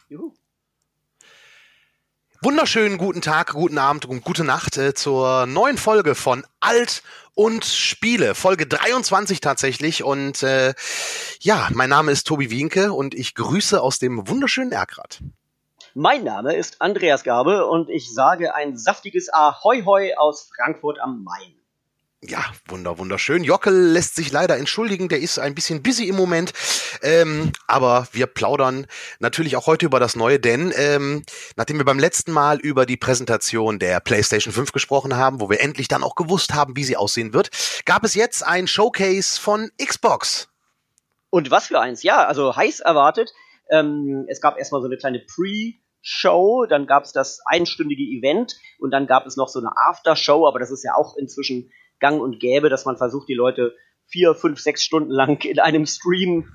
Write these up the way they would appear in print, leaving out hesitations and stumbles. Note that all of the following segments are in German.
Juhu. Wunderschönen guten Tag, guten Abend und gute Nacht zur neuen Folge von Alt und Spiele. Folge 23 tatsächlich. Und mein Name ist Tobi Wienke und ich grüße aus dem wunderschönen Erkrath. Mein Name ist Andreas Gabe und ich sage ein saftiges Ahoi Hoi aus Frankfurt am Main. Ja, wunderschön. Jockel lässt sich leider entschuldigen, der ist ein bisschen busy im Moment, aber wir plaudern natürlich auch heute über das Neue, denn nachdem wir beim letzten Mal über die Präsentation der PlayStation 5 gesprochen haben, wo wir endlich dann auch gewusst haben, wie sie aussehen wird, gab es jetzt ein Showcase von Xbox. Und was für eins, ja, also heiß erwartet. Es gab erstmal so eine kleine Pre-Show, dann gab es das einstündige Event und dann gab es noch so eine After-Show, aber das ist ja auch inzwischen gang und gäbe, dass man versucht, die Leute 4, 5, 6 Stunden lang in einem Stream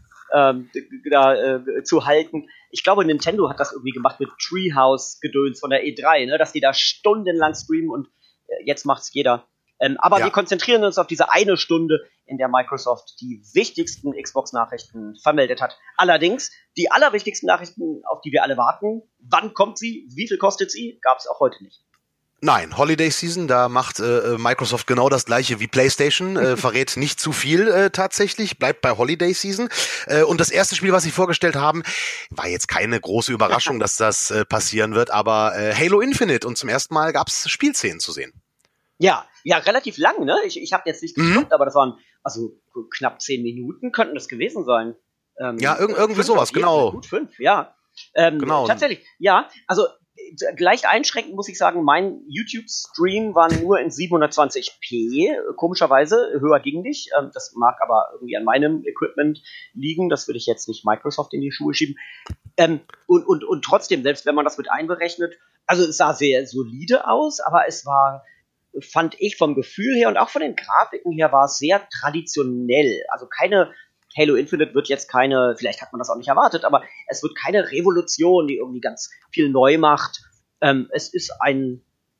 zu halten. Ich glaube, Nintendo hat das irgendwie gemacht mit Treehouse-Gedöns von der E3, ne? Dass die da stundenlang streamen und jetzt macht's jeder. Aber wir konzentrieren uns auf diese eine Stunde, in der Microsoft die wichtigsten Xbox-Nachrichten vermeldet hat. Allerdings, die allerwichtigsten Nachrichten, auf die wir alle warten, wann kommt sie, wie viel kostet sie, gab es auch heute nicht. Nein, Holiday Season, da macht Microsoft genau das gleiche wie PlayStation, verrät nicht zu viel tatsächlich, bleibt bei Holiday Season. Und das erste Spiel, was sie vorgestellt haben, war jetzt keine große Überraschung, dass das passieren wird, aber Halo Infinite, und zum ersten Mal gab's Spielszenen zu sehen. Ja, relativ lang, ne? Ich habe jetzt nicht gestoppt, aber das waren also knapp 10 Minuten könnten das gewesen sein. Irgendwie sowas, genau. Gut 5, ja. Genau. Tatsächlich, ja. Also leicht einschränkend muss ich sagen, mein YouTube-Stream war nur in 720p. Komischerweise, höher ging nicht. Das mag aber irgendwie an meinem Equipment liegen. Das würde ich jetzt nicht Microsoft in die Schuhe schieben. Und trotzdem, selbst wenn man das mit einberechnet, also es sah sehr solide aus, aber es war, fand ich vom Gefühl her und auch von den Grafiken her, war es sehr traditionell. Also Halo Infinite wird jetzt keine, vielleicht hat man das auch nicht erwartet, aber es wird keine Revolution, die irgendwie ganz viel neu macht. Es ist ein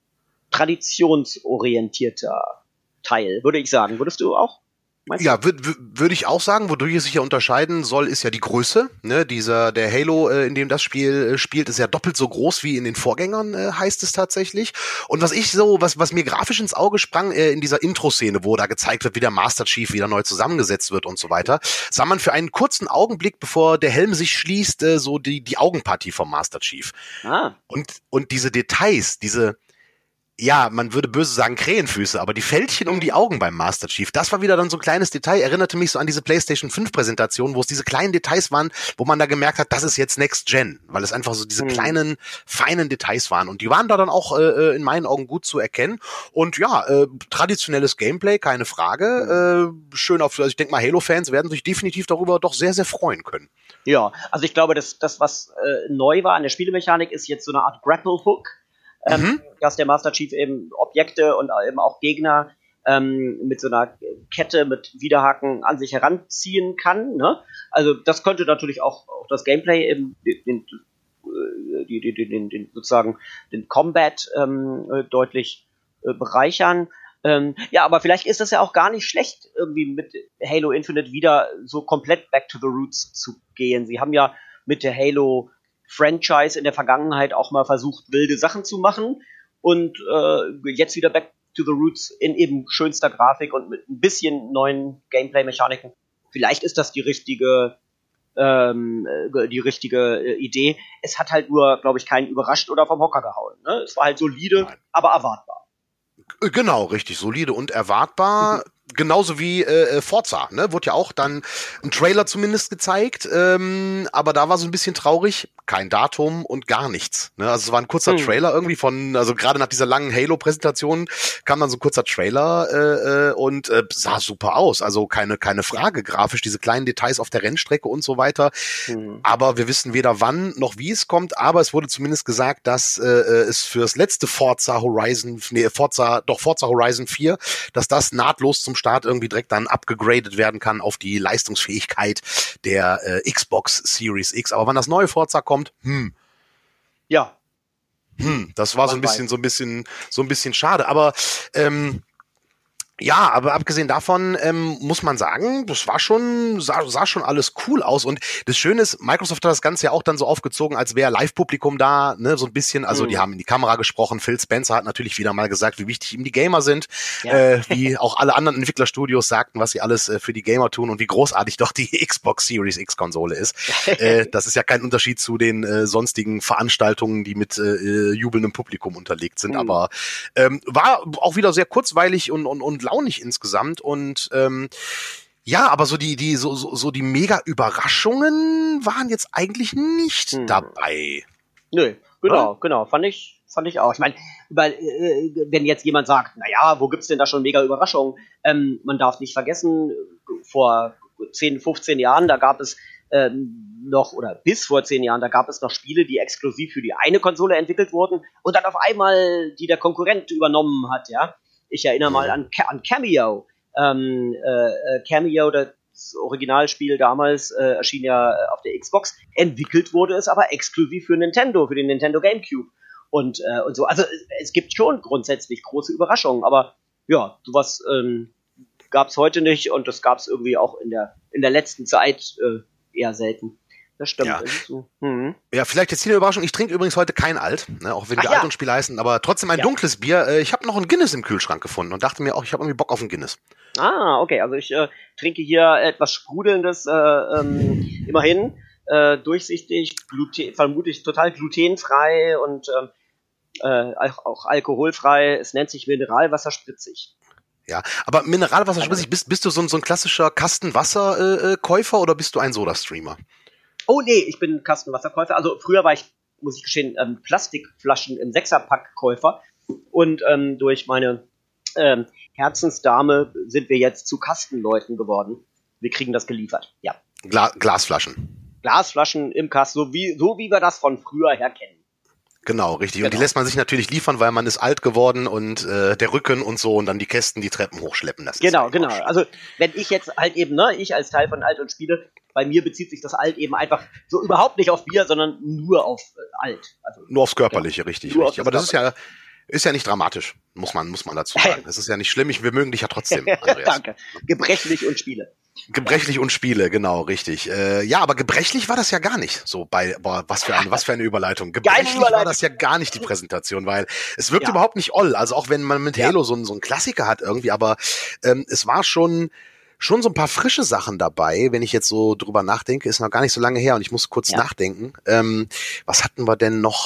traditionsorientierter Teil, würde ich sagen. Würdest du auch? Ja, würde ich auch sagen. Wodurch es sich ja unterscheiden soll, ist ja die Größe. Ne? Der Halo, in dem das Spiel spielt, ist ja doppelt so groß wie in den Vorgängern, heißt es tatsächlich. Und was mir grafisch ins Auge sprang, in dieser Intro-Szene, wo da gezeigt wird, wie der Master Chief wieder neu zusammengesetzt wird und so weiter, sah man für einen kurzen Augenblick, bevor der Helm sich schließt, so die Augenpartie vom Master Chief. Und diese Details, man würde böse sagen Krähenfüße, aber die Fältchen um die Augen beim Master Chief, das war wieder dann so ein kleines Detail, erinnerte mich so an diese PlayStation 5 Präsentation, wo es diese kleinen Details waren, wo man da gemerkt hat, das ist jetzt Next Gen, weil es einfach so diese kleinen, feinen Details waren, und die waren da dann auch in meinen Augen gut zu erkennen. Und traditionelles Gameplay, keine Frage, also ich denke mal, Halo-Fans werden sich definitiv darüber doch sehr, sehr freuen können. Ja, also ich glaube, das was neu war an der Spielemechanik, ist jetzt so eine Art Grapple-Hook, dass der Master Chief eben Objekte und eben auch Gegner mit so einer Kette mit Widerhaken an sich heranziehen kann. Ne? Also das könnte natürlich auch das Gameplay eben sozusagen den Combat deutlich bereichern. Aber vielleicht ist es ja auch gar nicht schlecht, irgendwie mit Halo Infinite wieder so komplett back to the roots zu gehen. Sie haben ja mit der Halo Franchise in der Vergangenheit auch mal versucht, wilde Sachen zu machen und jetzt wieder back to the roots in eben schönster Grafik und mit ein bisschen neuen Gameplay-Mechaniken. Vielleicht ist das die richtige Idee. Es hat halt nur, glaube ich, keinen überrascht oder vom Hocker gehauen. Ne? Es war halt solide, aber erwartbar. Genau, richtig, solide und erwartbar. Genauso wie Forza, ne? Wurde ja auch dann ein Trailer zumindest gezeigt, aber da war so ein bisschen traurig, kein Datum und gar nichts. Ne? Also es war ein kurzer Trailer irgendwie also gerade nach dieser langen Halo-Präsentation kam dann so ein kurzer Trailer und sah super aus. Also keine Frage, grafisch, diese kleinen Details auf der Rennstrecke und so weiter. Aber wir wissen weder wann noch wie es kommt, aber es wurde zumindest gesagt, dass es für das letzte Forza Horizon 4, dass das nahtlos zum Start irgendwie direkt dann upgegradet werden kann auf die Leistungsfähigkeit der Xbox Series X. Aber wann das neue Forza kommt, Ja. Das war so ein bisschen schade. Aber Ja, aber abgesehen davon muss man sagen, das war schon, sah schon alles cool aus. Und das Schöne ist, Microsoft hat das Ganze ja auch dann so aufgezogen, als wäre Live-Publikum da, ne, so ein bisschen. Also die haben in die Kamera gesprochen. Phil Spencer hat natürlich wieder mal gesagt, wie wichtig ihm die Gamer sind. Ja. Wie auch alle anderen Entwicklerstudios sagten, was sie alles für die Gamer tun und wie großartig doch die Xbox Series X-Konsole ist. Das ist ja kein Unterschied zu den sonstigen Veranstaltungen, die mit jubelndem Publikum unterlegt sind. Aber war auch wieder sehr kurzweilig und launig insgesamt und ja, aber so die mega-Überraschungen waren jetzt eigentlich nicht dabei. Nö, genau, fand ich auch. Ich meine, wenn jetzt jemand sagt, naja, wo gibt's denn da schon mega Überraschungen? Man darf nicht vergessen, vor 10, 15 Jahren, da gab es bis vor 10 Jahren, da gab es noch Spiele, die exklusiv für die eine Konsole entwickelt wurden und dann auf einmal die der Konkurrent übernommen hat, ja. Ich erinnere mal an Cameo. Cameo, das Originalspiel damals, erschien ja auf der Xbox. Entwickelt wurde es aber exklusiv für Nintendo, für den Nintendo GameCube. Und so. Also es gibt schon grundsätzlich große Überraschungen, aber ja, sowas gab es heute nicht und das gab es irgendwie auch in der letzten Zeit eher selten. Das stimmt. Ja. Das ist so. Ja, vielleicht jetzt hier eine Überraschung. Ich trinke übrigens heute kein Alt, ne, auch wenn wir Alt und Spiel heißen, aber trotzdem ein dunkles Bier. Ich habe noch ein Guinness im Kühlschrank gefunden und dachte mir auch, ich habe irgendwie Bock auf ein Guinness. Ah, okay. Also ich trinke hier etwas Sprudelndes, immerhin. Durchsichtig, vermutlich total glutenfrei und auch alkoholfrei. Es nennt sich Mineralwasser spritzig. Ja, aber Mineralwasser spritzig, bist du so ein klassischer Kastenwasser-Käufer oder bist du ein Soda-Streamer? Oh nee, ich bin Kastenwasserkäufer. Also früher war ich, muss ich gestehen, Plastikflaschen im Sechserpack-Käufer. Und durch meine Herzensdame sind wir jetzt zu Kastenleuten geworden. Wir kriegen das geliefert, ja. Glasflaschen. Glasflaschen im Kasten, so wie wir das von früher her kennen. Genau, richtig. Genau. Und die lässt man sich natürlich liefern, weil man ist alt geworden und der Rücken und so und dann die Kästen die Treppen hochschleppen. Das genau. Also wenn ich jetzt halt eben, ich als Teil von Alt und Spiele, bei mir bezieht sich das Alt eben einfach so überhaupt nicht auf Bier, sondern nur auf Alt. Also, nur aufs Körperliche, richtig. Aber das ist ja nicht dramatisch, muss man dazu sagen. Das ist ja nicht schlimm, wir mögen dich ja trotzdem, Andreas. Danke. Gebrechlich und Spiele. Gebrechlich und Spiele, genau, richtig. Ja, aber gebrechlich war das ja gar nicht. So was für eine Überleitung. Gebrechlich war das ja gar nicht die Präsentation, weil es wirkt überhaupt nicht oll. Also auch wenn man mit Halo so einen Klassiker hat irgendwie, aber es war schon so ein paar frische Sachen dabei, wenn ich jetzt so drüber nachdenke, ist noch gar nicht so lange her und ich muss kurz nachdenken. Was hatten wir denn noch?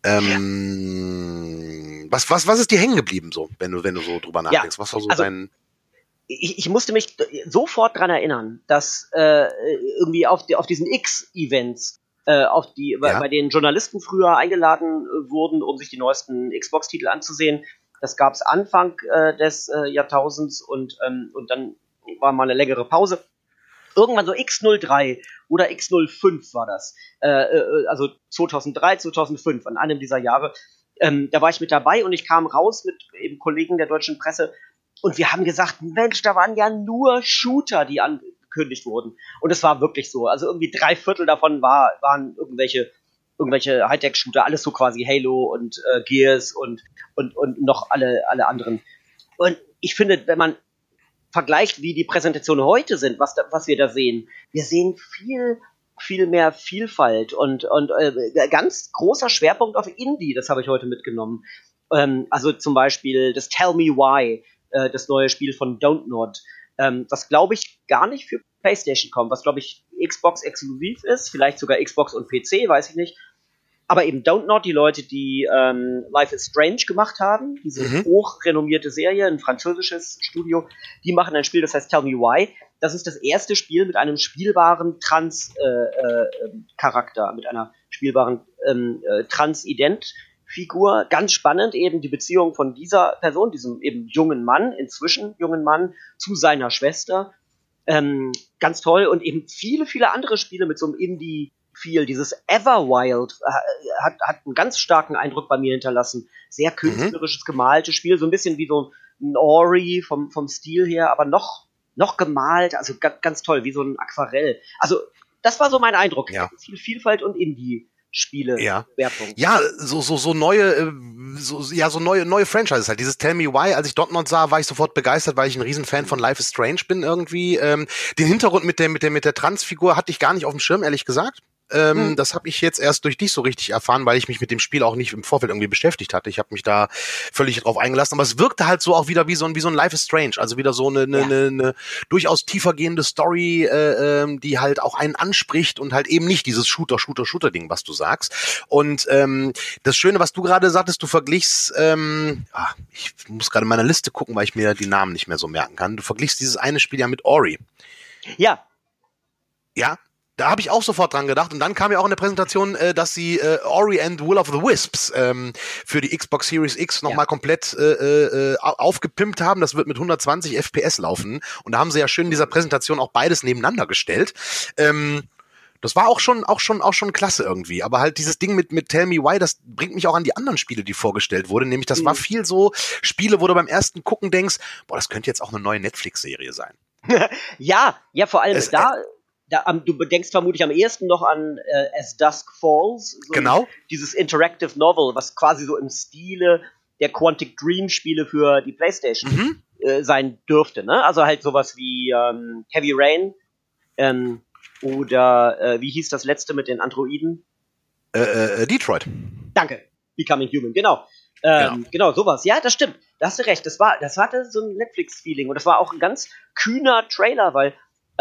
Was ist dir hängen geblieben so, wenn du so drüber nachdenkst? Was war so dein... Ich musste mich sofort dran erinnern, dass irgendwie auf diesen X-Events, bei denen Journalisten früher eingeladen wurden, um sich die neuesten Xbox-Titel anzusehen. Das gab es Anfang des Jahrtausends und dann war mal eine längere Pause. Irgendwann so X03 oder X05 war das. Also 2003, 2005, an einem dieser Jahre. Da war ich mit dabei und ich kam raus mit eben Kollegen der deutschen Presse und wir haben gesagt, Mensch, da waren ja nur Shooter, die angekündigt wurden. Und es war wirklich so. Also irgendwie 3/4 davon waren irgendwelche Hightech-Shooter, alles so quasi Halo und Gears und noch alle anderen. Und ich finde, wenn man vergleicht, wie die Präsentationen heute sind, was wir da sehen, wir sehen viel mehr Vielfalt und ganz großer Schwerpunkt auf Indie, das habe ich heute mitgenommen. Also zum Beispiel das Tell Me Why, das neue Spiel von Don't Nod, was glaube ich gar nicht für PlayStation kommt, was glaube ich Xbox exklusiv ist, vielleicht sogar Xbox und PC, weiß ich nicht. Aber eben Don't Nod, die Leute, die Life is Strange gemacht haben, diese hochrenommierte Serie, ein französisches Studio, die machen ein Spiel, das heißt Tell Me Why. Das ist das erste Spiel mit einem spielbaren Trans-Charakter, mit einer spielbaren Trans-Ident-Figur. Ganz spannend eben die Beziehung von dieser Person, diesem eben inzwischen jungen Mann, zu seiner Schwester. Ganz toll und eben viele, viele andere Spiele mit so einem Indie- viel. Dieses Everwild hat einen ganz starken Eindruck bei mir hinterlassen. Sehr künstlerisches, gemaltes Spiel, so ein bisschen wie so ein Ori vom Stil her, aber noch gemalt, also ganz toll, wie so ein Aquarell. Also das war so mein Eindruck. Ja. Viel Vielfalt und Indie Spiele Wertung. Ja, so neue Franchises halt. Dieses Tell Me Why, als ich Dortmund sah, war ich sofort begeistert, weil ich ein Riesenfan von Life is Strange bin irgendwie. Den Hintergrund mit der Transfigur hatte ich gar nicht auf dem Schirm, ehrlich gesagt. Das habe ich jetzt erst durch dich so richtig erfahren, weil ich mich mit dem Spiel auch nicht im Vorfeld irgendwie beschäftigt hatte. Ich habe mich da völlig drauf eingelassen, aber es wirkte halt so auch wieder wie so ein Life is Strange, also wieder so eine durchaus tiefergehende Story, die halt auch einen anspricht und halt eben nicht dieses Shooter-Ding, was du sagst. Und das Schöne, was du gerade sagtest, du verglichst, ich muss gerade in meiner Liste gucken, weil ich mir die Namen nicht mehr so merken kann. Du verglichst dieses eine Spiel ja mit Ori. Ja. Ja? Da habe ich auch sofort dran gedacht und dann kam ja auch in der Präsentation, dass sie Ori and Will of the Wisps für die Xbox Series X nochmal komplett aufgepimpt haben. Das wird mit 120 FPS laufen und da haben sie ja schön in dieser Präsentation auch beides nebeneinander gestellt. Das war auch schon klasse irgendwie, aber halt dieses Ding mit Tell Me Why, das bringt mich auch an die anderen Spiele, die vorgestellt wurden, nämlich das war viel so Spiele, wo du beim ersten Gucken denkst, boah, das könnte jetzt auch eine neue Netflix-Serie sein. ja, vor allem du denkst vermutlich am ehesten noch an As Dusk Falls. So genau. Dieses Interactive Novel, was quasi so im Stile der Quantic Dream Spiele für die PlayStation sein dürfte. Ne? Also halt sowas wie Heavy Rain oder wie hieß das letzte mit den Androiden? Detroit. Danke. Becoming Human, genau. Genau, sowas. Ja, das stimmt. Da hast du recht. Das hatte so ein Netflix-Feeling und das war auch ein ganz kühner Trailer, weil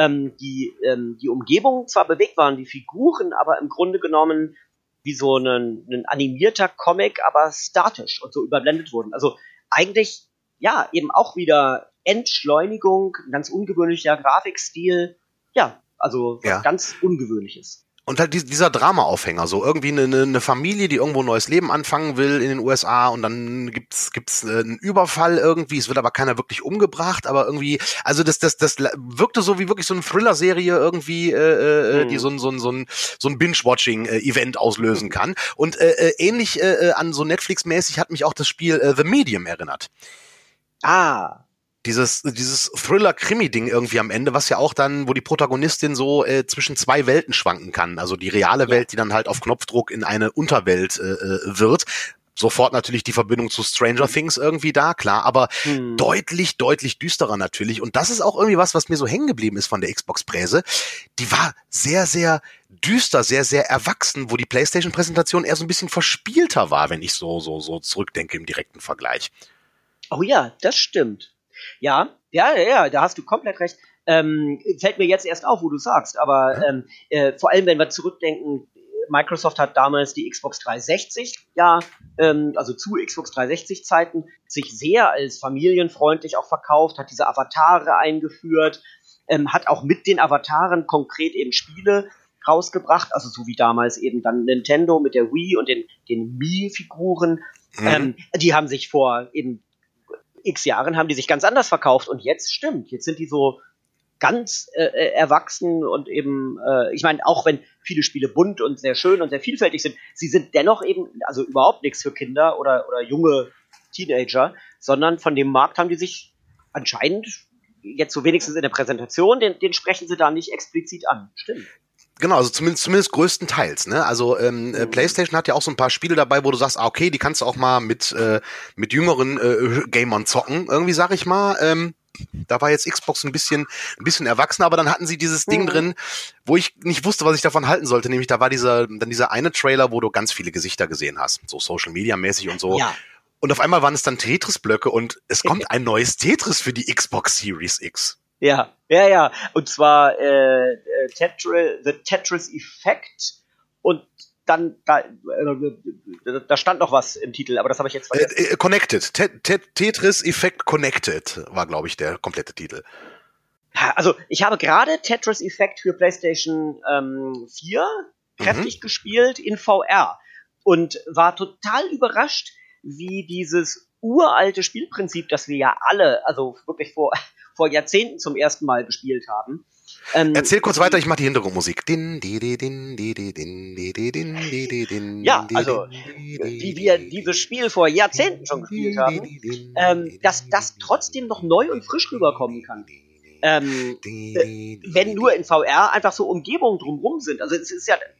die Umgebungen zwar bewegt waren, die Figuren, aber im Grunde genommen wie so ein animierter Comic, aber statisch und so überblendet wurden. Also eigentlich, ja, eben auch wieder Entschleunigung, ein ganz ungewöhnlicher Grafikstil. Ja, also was ganz Ungewöhnliches. Und halt dieser Drama-Aufhänger, so irgendwie eine Familie, die irgendwo ein neues Leben anfangen will in den USA und dann gibt's einen Überfall irgendwie, es wird aber keiner wirklich umgebracht, aber irgendwie, also das wirkte so wie wirklich so eine Thriller-Serie irgendwie, die so ein Binge-Watching-Event auslösen kann. Und ähnlich an so Netflix-mäßig hat mich auch das Spiel The Medium erinnert. Dieses Thriller-Krimi-Ding irgendwie am Ende, was ja auch dann, wo die Protagonistin so zwischen zwei Welten schwanken kann. Also die reale Welt, die dann halt auf Knopfdruck in eine Unterwelt wird. Sofort natürlich die Verbindung zu Stranger Things irgendwie da, klar, aber deutlich düsterer natürlich. Und das ist auch irgendwie was mir so hängen geblieben ist von der Xbox-Präse. Die war sehr, sehr düster, sehr, sehr erwachsen, wo die PlayStation-Präsentation eher so ein bisschen verspielter war, wenn ich so zurückdenke im direkten Vergleich. Oh ja, das stimmt. Ja, da hast du komplett recht. Fällt mir jetzt erst auf, wo du sagst, aber vor allem, wenn wir zurückdenken, Microsoft hat damals die Xbox 360, also zu Xbox 360 Zeiten, sich sehr als familienfreundlich auch verkauft, hat diese Avatare eingeführt, hat auch mit den Avataren konkret eben Spiele rausgebracht, also so wie damals eben dann Nintendo mit der Wii und den Mii-Figuren. Die haben sich vor eben x Jahren haben die sich ganz anders verkauft und jetzt sind die so ganz erwachsen und eben, ich meine, auch wenn viele Spiele bunt und sehr schön und sehr vielfältig sind, sie sind dennoch eben, also überhaupt nichts für Kinder oder junge Teenager, sondern von dem Markt haben die sich anscheinend jetzt so wenigstens in der Präsentation, den sprechen sie da nicht explizit an. Stimmt. Genau, also zumindest größtenteils, ne? Also PlayStation hat ja auch so ein paar Spiele dabei, wo du sagst, okay, die kannst du auch mal mit jüngeren Gamern zocken, irgendwie sag ich mal. Da war jetzt Xbox ein bisschen erwachsener, aber dann hatten sie dieses Ding drin, wo ich nicht wusste, was ich davon halten sollte, nämlich da war dieser eine Trailer, wo du ganz viele Gesichter gesehen hast, so Social Media mäßig und so. Ja. Und auf einmal waren es dann Tetris-Blöcke und es kommt ein neues Tetris für die Xbox Series X. Ja. Und zwar The Tetris Effect und dann da stand noch was im Titel, aber das habe ich jetzt vergessen. Connected. Tetris Effect Connected war, glaube ich, der komplette Titel. Also ich habe gerade Tetris Effect für PlayStation 4 kräftig gespielt in VR und war total überrascht, wie dieses uralte Spielprinzip, das wir ja alle, also wirklich vor Jahrzehnten zum ersten Mal gespielt haben. Erzähl kurz weiter, ich mache die Hintergrundmusik. Ja, also wie wir dieses Spiel vor Jahrzehnten schon gespielt haben, dass das trotzdem noch neu und frisch rüberkommen kann. Wenn nur in VR einfach so Umgebungen drumherum sind. Also es ist ja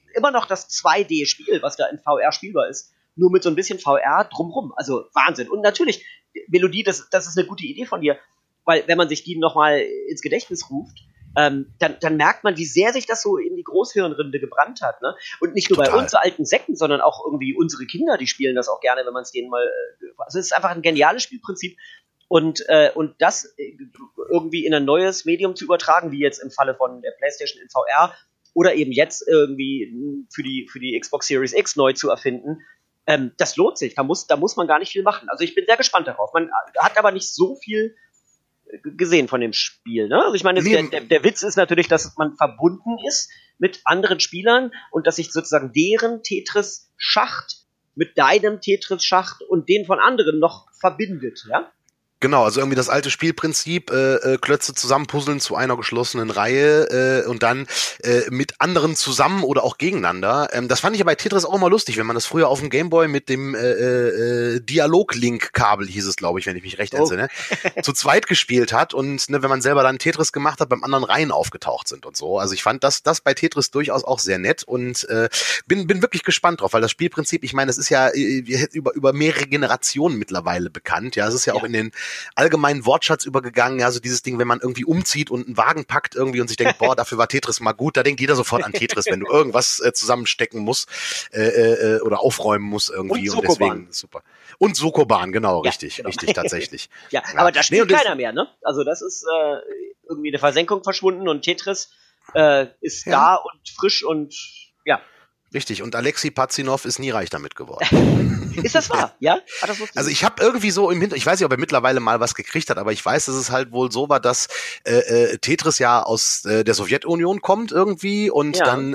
immer noch das 2D-Spiel, was da in VR spielbar ist, nur mit so ein bisschen VR drumrum. Also Wahnsinn. Und natürlich, Melodie, das ist eine gute Idee von dir, weil wenn man sich die nochmal ins Gedächtnis ruft, dann merkt man, wie sehr sich das so in die Großhirnrinde gebrannt hat. Ne? Und nicht nur bei uns alten Säcken, sondern auch irgendwie unsere Kinder, die spielen das auch gerne, wenn man es denen mal... Also es ist einfach ein geniales Spielprinzip. Und das irgendwie in ein neues Medium zu übertragen, wie jetzt im Falle von der PlayStation in VR oder eben jetzt irgendwie für die Xbox Series X neu zu erfinden, das lohnt sich. Da muss man gar nicht viel machen. Also ich bin sehr gespannt darauf. Man hat aber nicht so viel gesehen von dem Spiel. Ne? Also ich meine, der Witz ist natürlich, dass man verbunden ist mit anderen Spielern und dass sich sozusagen deren Tetris-Schacht mit deinem Tetris-Schacht und den von anderen noch verbindet, ja? Genau, also irgendwie das alte Spielprinzip, Klötze zusammenpuzzeln zu einer geschlossenen Reihe und dann mit anderen zusammen oder auch gegeneinander. Das fand ich ja bei Tetris auch immer lustig, wenn man das früher auf dem Gameboy mit dem Dialog-Link-Kabel, hieß es, glaube ich, wenn ich mich recht entsinne, zu zweit gespielt hat und ne, wenn man selber dann Tetris gemacht hat, beim anderen Reihen aufgetaucht sind und so. Also ich fand das bei Tetris durchaus auch sehr nett und bin wirklich gespannt drauf, weil das Spielprinzip, ich meine, das ist ja über mehrere Generationen mittlerweile bekannt. Ja, es ist ja auch in den allgemeinen Wortschatz übergegangen, ja, so dieses Ding, wenn man irgendwie umzieht und einen Wagen packt irgendwie und sich denkt, boah, dafür war Tetris mal gut, da denkt jeder sofort an Tetris, wenn du irgendwas zusammenstecken musst oder aufräumen musst irgendwie und deswegen super. Und Sokoban, genau, ja, richtig, tatsächlich. Ja, aber da spielt keiner mehr, ne? Also das ist irgendwie eine Versenkung verschwunden und Tetris ist da und frisch und ja. Richtig, und Alexei Pazzinov ist nie reich damit geworden. Ist das wahr? Ja? Also ich habe irgendwie so im Hintergrund, ich weiß nicht, ob er mittlerweile mal was gekriegt hat, aber ich weiß, dass es halt wohl so war, dass Tetris ja aus der Sowjetunion kommt irgendwie und dann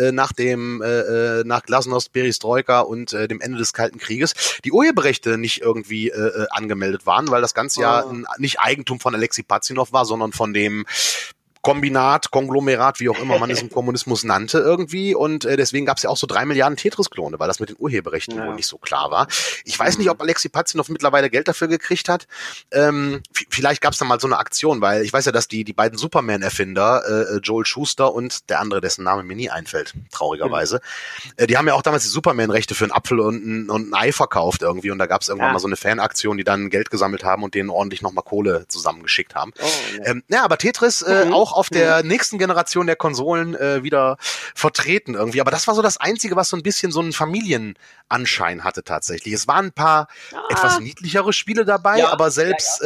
nach Glasnost, Perestroika und dem Ende des Kalten Krieges die Urheberrechte nicht irgendwie angemeldet waren, weil das Ganze ja nicht Eigentum von Alexei Pazzinov war, sondern von dem Kombinat, Konglomerat, wie auch immer man es im Kommunismus nannte irgendwie und deswegen gab es ja auch so 3 Milliarden Tetris-Klone, weil das mit den Urheberrechten wohl nicht so klar war. Ich weiß nicht, ob Alexei Pazzinov mittlerweile Geld dafür gekriegt hat. Vielleicht gab es da mal so eine Aktion, weil ich weiß ja, dass die beiden Superman-Erfinder, Joel Schuster und der andere, dessen Name mir nie einfällt, traurigerweise, die haben ja auch damals die Superman-Rechte für einen Apfel und ein Ei verkauft irgendwie und da gab es irgendwann mal so eine Fanaktion, die dann Geld gesammelt haben und denen ordentlich nochmal Kohle zusammengeschickt haben. Aber Tetris auch auf der nächsten Generation der Konsolen wieder vertreten irgendwie. Aber das war so das Einzige, was so ein bisschen so einen Familienanschein hatte tatsächlich. Es waren ein paar etwas niedlichere Spiele dabei, aber selbst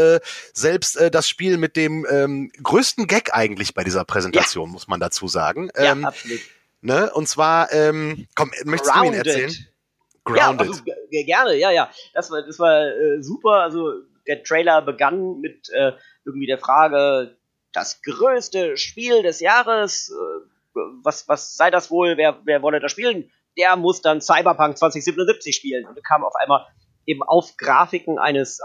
das Spiel mit dem größten Gag eigentlich bei dieser Präsentation, muss man dazu sagen. Absolut. Ne? Und zwar, möchtest du ihn erzählen? Grounded. Ja, also, gerne, ja. Das war super. Also der Trailer begann mit irgendwie der Frage, das größte Spiel des Jahres, was sei das wohl, wer wolle das spielen? Der muss dann Cyberpunk 2077 spielen. Und da kam auf einmal eben auf Grafiken eines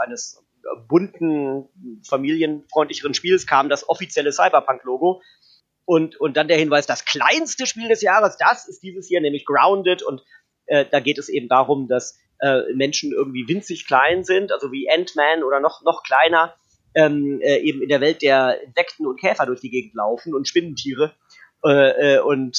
bunten, familienfreundlicheren Spiels kam das offizielle Cyberpunk-Logo. Und dann der Hinweis, das kleinste Spiel des Jahres, das ist dieses hier, nämlich Grounded. Und da geht es eben darum, dass Menschen irgendwie winzig klein sind, also wie Ant-Man oder noch kleiner, eben in der Welt der Insekten und Käfer durch die Gegend laufen und Spinnentiere und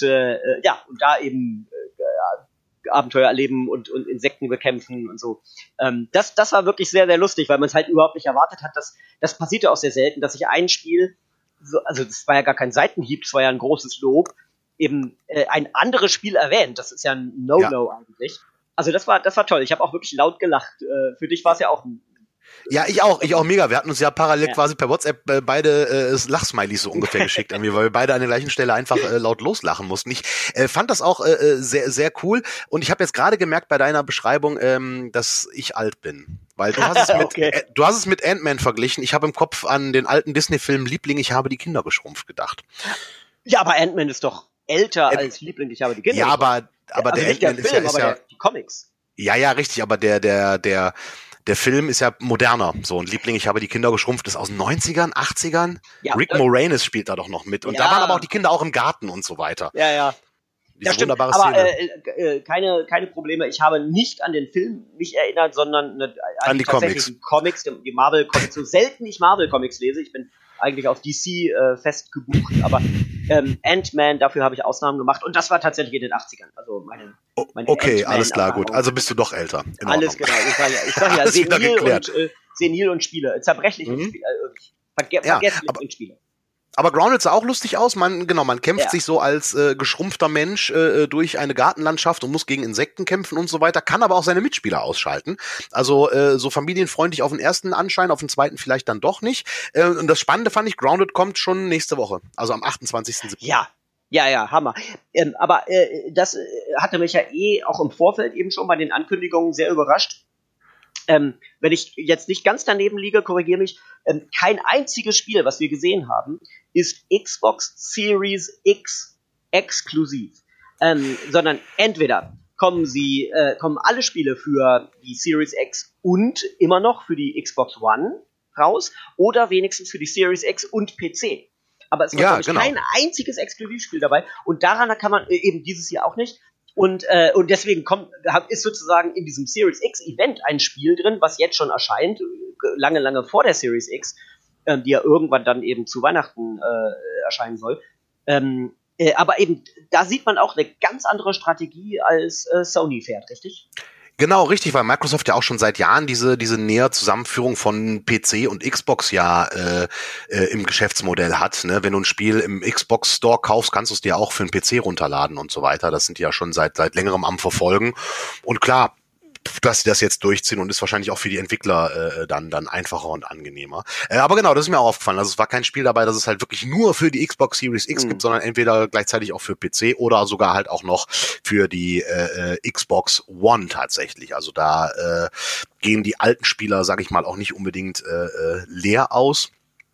da eben Abenteuer erleben und Insekten bekämpfen und so. Das war wirklich sehr, sehr lustig, weil man es halt überhaupt nicht erwartet hat. Das passierte auch sehr selten, dass sich ein Spiel, also das war ja gar kein Seitenhieb, das war ja ein großes Lob, eben ein anderes Spiel erwähnt. Das ist ja ein No-No eigentlich. Also das war toll. Ich habe auch wirklich laut gelacht. Für dich war es ja auch ein Ja, ich auch mega. Wir hatten uns ja parallel quasi per WhatsApp beide Lachsmilies so ungefähr geschickt, weil wir beide an der gleichen Stelle einfach laut loslachen mussten. Ich fand das auch sehr, sehr cool und ich habe jetzt gerade gemerkt bei deiner Beschreibung, dass ich alt bin. Weil du hast es mit Ant-Man verglichen. Ich habe im Kopf an den alten Disney-Film Liebling, ich habe die Kinder geschrumpft gedacht. Ja, aber Ant-Man ist doch älter als Liebling, ich habe die Kinder geschrumpft. Ja, aber der Ant-Man ist ja die Comics. Ja, richtig, aber der Film ist ja moderner, so, und Liebling, ich habe die Kinder geschrumpft, ist aus den 90ern, 80ern. Ja, Rick Moranis spielt da doch noch mit. Und da waren aber auch die Kinder auch im Garten und so weiter. Ja. Diese wunderbare Szene. Aber keine Probleme. Ich habe nicht an den Film mich erinnert, sondern an die Comics. Die Marvel-Comics. So selten ich Marvel-Comics lese. Ich bin eigentlich auf DC festgebucht, aber Ant-Man, dafür habe ich Ausnahmen gemacht und das war tatsächlich in den 80ern. Also meine okay, alles klar, gut. Also bist du doch älter. In alles genau. Ich war ja senil und Spieler, zerbrechlich und Spieler. Vergesslich und Spieler. Aber Grounded sah auch lustig aus. Man kämpft sich so als geschrumpfter Mensch durch eine Gartenlandschaft und muss gegen Insekten kämpfen und so weiter, kann aber auch seine Mitspieler ausschalten. Also so familienfreundlich auf den ersten Anschein, auf den zweiten vielleicht dann doch nicht. Und das Spannende fand ich, Grounded kommt schon nächste Woche, also am 28.07. Ja, Hammer. Aber das hatte mich ja auch im Vorfeld eben schon bei den Ankündigungen sehr überrascht. Wenn ich jetzt nicht ganz daneben liege, korrigiere mich, kein einziges Spiel, was wir gesehen haben, ist Xbox Series X exklusiv. Sondern entweder kommen alle Spiele für die Series X und immer noch für die Xbox One raus oder wenigstens für die Series X und PC. Aber es war kein einziges Exklusivspiel dabei und daran kann man eben dieses Jahr auch nicht. Und deswegen ist sozusagen in diesem Series X Event ein Spiel drin, was jetzt schon erscheint, lange vor der Series X, die ja irgendwann dann eben zu Weihnachten erscheinen soll. Aber eben, da sieht man auch eine ganz andere Strategie als Sony fährt, richtig? Genau, richtig, weil Microsoft ja auch schon seit Jahren diese näher Zusammenführung von PC und Xbox im Geschäftsmodell hat. Ne? Wenn du ein Spiel im Xbox Store kaufst, kannst du es dir auch für einen PC runterladen und so weiter. Das sind die ja schon seit längerem am Verfolgen. Und klar, dass sie das jetzt durchziehen und ist wahrscheinlich auch für die Entwickler dann einfacher und angenehmer. Aber genau, das ist mir auch aufgefallen. Also es war kein Spiel dabei, dass es halt wirklich nur für die Xbox Series X gibt, sondern entweder gleichzeitig auch für PC oder sogar halt auch noch für die Xbox One tatsächlich. Also da gehen die alten Spieler, sag ich mal, auch nicht unbedingt leer aus.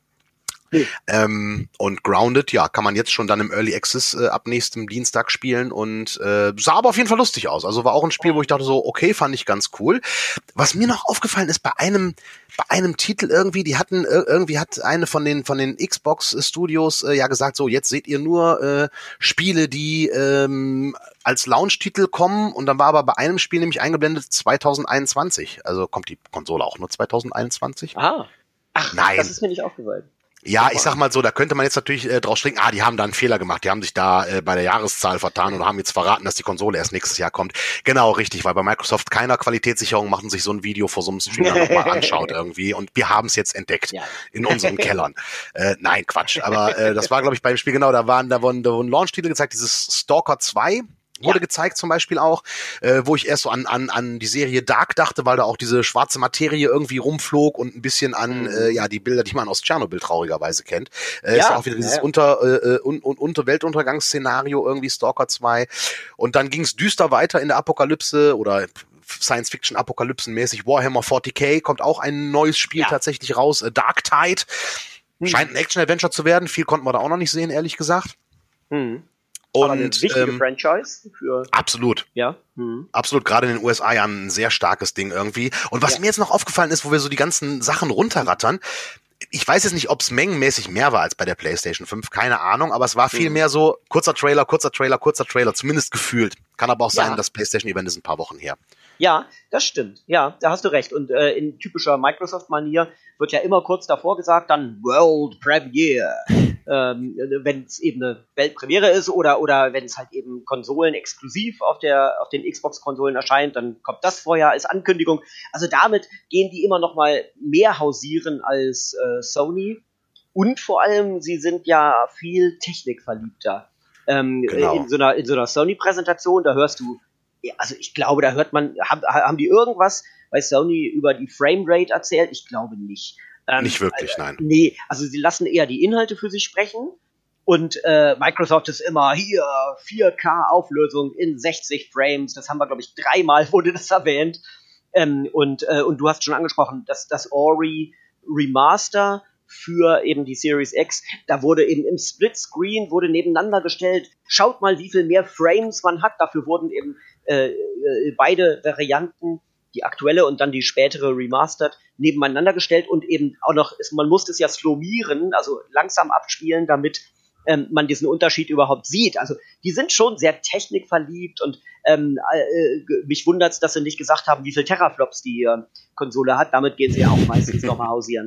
Und Grounded, ja, kann man jetzt schon dann im Early Access ab nächstem Dienstag spielen und sah aber auf jeden Fall lustig aus. Also war auch ein Spiel, wo ich dachte so, okay, fand ich ganz cool. Was mir noch aufgefallen ist, bei einem Titel irgendwie, hat eine von den Xbox Studios ja gesagt, so jetzt seht ihr nur Spiele, die als Launch-Titel kommen und dann war aber bei einem Spiel nämlich eingeblendet 2021. Also kommt die Konsole auch nur 2021? Ach, nein. Das ist mir nicht aufgefallen. Ja, ich sag mal so, da könnte man jetzt natürlich draus schlinken, die haben da einen Fehler gemacht, die haben sich da bei der Jahreszahl vertan und haben jetzt verraten, dass die Konsole erst nächstes Jahr kommt. Genau, richtig, weil bei Microsoft keiner Qualitätssicherung macht und sich so ein Video vor so einem Streamer nochmal anschaut irgendwie und wir haben es jetzt entdeckt in unseren Kellern. Nein, Quatsch, aber das war, glaube ich, beim Spiel, genau, da wurden Launch-Titel gezeigt, dieses Stalker 2 wurde gezeigt zum Beispiel auch, wo ich erst so an die Serie Dark dachte, weil da auch diese schwarze Materie irgendwie rumflog und ein bisschen an die Bilder, die man aus Tschernobyl traurigerweise kennt. Ist auch wieder dieses Weltuntergangsszenario irgendwie Stalker 2. Und dann ging es düster weiter in der Apokalypse oder Science-Fiction-Apokalypsen-mäßig. Warhammer 40k kommt auch ein neues Spiel tatsächlich raus. Dark Tide scheint ein Action-Adventure zu werden. Viel konnten wir da auch noch nicht sehen, ehrlich gesagt. Und aber eine wichtige Franchise für. Absolut. Ja. Absolut, gerade in den USA ja ein sehr starkes Ding irgendwie. Und was mir jetzt noch aufgefallen ist, wo wir so die ganzen Sachen runterrattern, ich weiß jetzt nicht, ob es mengenmäßig mehr war als bei der PlayStation 5, keine Ahnung, aber es war viel mehr so kurzer Trailer, zumindest gefühlt. Kann aber auch sein, das PlayStation-Event ist ein paar Wochen her. Ja, das stimmt. Ja, da hast du recht. Und in typischer Microsoft-Manier wird ja immer kurz davor gesagt, dann World Premiere. Wenn es eben eine Weltpremiere ist oder wenn es halt eben Konsolen exklusiv auf den Xbox-Konsolen erscheint, dann kommt das vorher als Ankündigung. Also damit gehen die immer noch mal mehr hausieren als Sony. Und vor allem, sie sind ja viel technikverliebter. Genau. In so einer Sony-Präsentation, da hörst du, also ich glaube, da hört man, haben die irgendwas bei Sony über die Framerate erzählt? Ich glaube nicht. Nicht wirklich, nein. Nee, also sie lassen eher die Inhalte für sich sprechen und Microsoft ist immer hier 4K-Auflösung in 60 Frames, das haben wir, glaube ich, 3-mal wurde das erwähnt und du hast schon angesprochen, dass das Ori Remaster für eben die Series X, da wurde eben im Splitscreen wurde nebeneinander gestellt, schaut mal, wie viel mehr Frames man hat, dafür wurden eben beide Varianten, die aktuelle und dann die spätere Remastered, nebeneinander gestellt und eben auch noch, man musste es ja slowieren, also langsam abspielen, damit man diesen Unterschied überhaupt sieht. Also die sind schon sehr technikverliebt und mich wundert es, dass sie nicht gesagt haben, wie viel Teraflops die Konsole hat. Damit gehen sie ja auch meistens nochmal hausieren.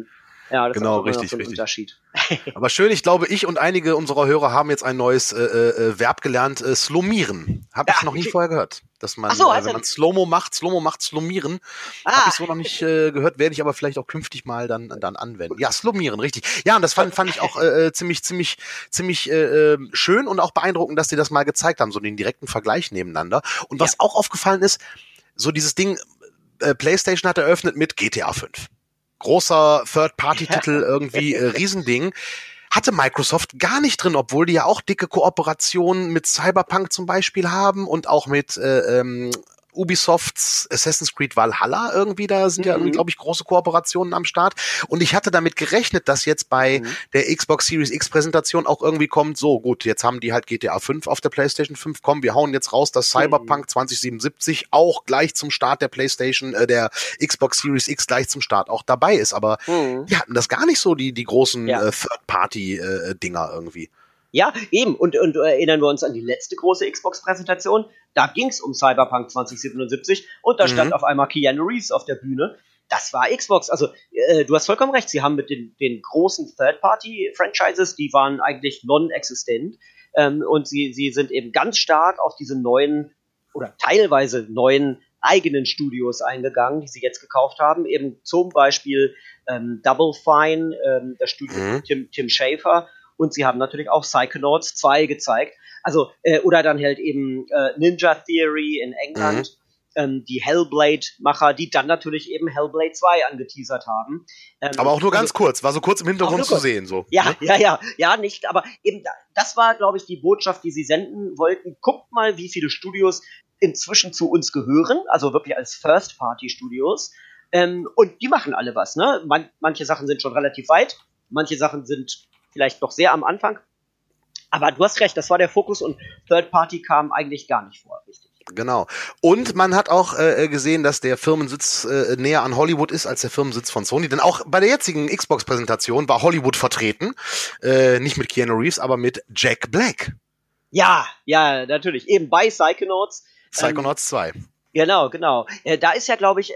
Ja, das Genau, ist auch immer noch richtig, so ein richtig. Unterschied. Aber schön, ich glaube, ich und einige unserer Hörer haben jetzt ein neues Verb gelernt, slomieren. Habe Ja, ich noch nie vorher gehört. Dass ach man, so, heißt wenn er. man Slow-Mo macht, slomieren. Habe Ah, ich so noch nicht gehört, werde ich aber vielleicht auch künftig mal dann anwenden. Ja, slomieren, richtig. Ja, und das fand ich auch ziemlich schön und auch beeindruckend, dass die das mal gezeigt haben, so den direkten Vergleich nebeneinander. Und ja. was auch aufgefallen ist, so dieses Ding, PlayStation hat eröffnet mit GTA 5. Großer Third-Party-Titel, irgendwie Riesending. Hatte Microsoft gar nicht drin, obwohl die ja auch dicke Kooperationen mit Cyberpunk zum Beispiel haben und auch mit Ubisofts Assassin's Creed Valhalla irgendwie, da sind ja irgendwie, Mhm. glaube ich, große Kooperationen am Start. Und ich hatte damit gerechnet, dass jetzt bei Mhm. der Xbox Series X Präsentation auch irgendwie kommt, so gut, jetzt haben die halt GTA 5 auf der PlayStation 5, komm, wir hauen jetzt raus, dass Mhm. Cyberpunk 2077 auch gleich zum Start der PlayStation, der Xbox Series X gleich zum Start auch dabei ist. Aber Mhm. die hatten das gar nicht so, die großen Ja. Third-Party-Dinger irgendwie. Ja, eben. Und erinnern wir uns an die letzte große Xbox-Präsentation. Da ging es um Cyberpunk 2077 und da stand Mhm. auf einmal Keanu Reeves auf der Bühne. Das war Xbox. Also, du hast vollkommen recht. Sie haben mit den großen Third-Party-Franchises, die waren eigentlich non-existent. Und sie sind eben ganz stark auf diese neuen oder teilweise neuen eigenen Studios eingegangen, die sie jetzt gekauft haben. Eben zum Beispiel Double Fine, das Studio von Mhm. Tim Schafer. Und sie haben natürlich auch Psychonauts 2 gezeigt. Also, oder dann halt eben Ninja Theory in Mhm. England, die Hellblade-Macher, die dann natürlich eben Hellblade 2 angeteasert haben. Aber auch nur Also ganz kurz, war so kurz im auch Hintergrund nur zu kurz. sehen, so. Ja, Ne? ja, nicht, aber eben das war, glaube ich, die Botschaft, die sie senden wollten. Guckt mal, wie viele Studios inzwischen zu uns gehören, also wirklich als First-Party-Studios. Und die machen alle was, ne? Manche Sachen sind schon relativ weit, manche Sachen sind vielleicht noch sehr am Anfang. Aber du hast recht, das war der Fokus und Third Party kam eigentlich gar nicht vor, richtig. Genau. Und man hat auch gesehen, dass der Firmensitz näher an Hollywood ist als der Firmensitz von Sony. Denn auch bei der jetzigen Xbox-Präsentation war Hollywood vertreten. Nicht mit Keanu Reeves, aber mit Jack Black. Ja, ja, natürlich. Eben bei Psychonauts. Psychonauts 2. Genau. Da ist ja, glaube ich,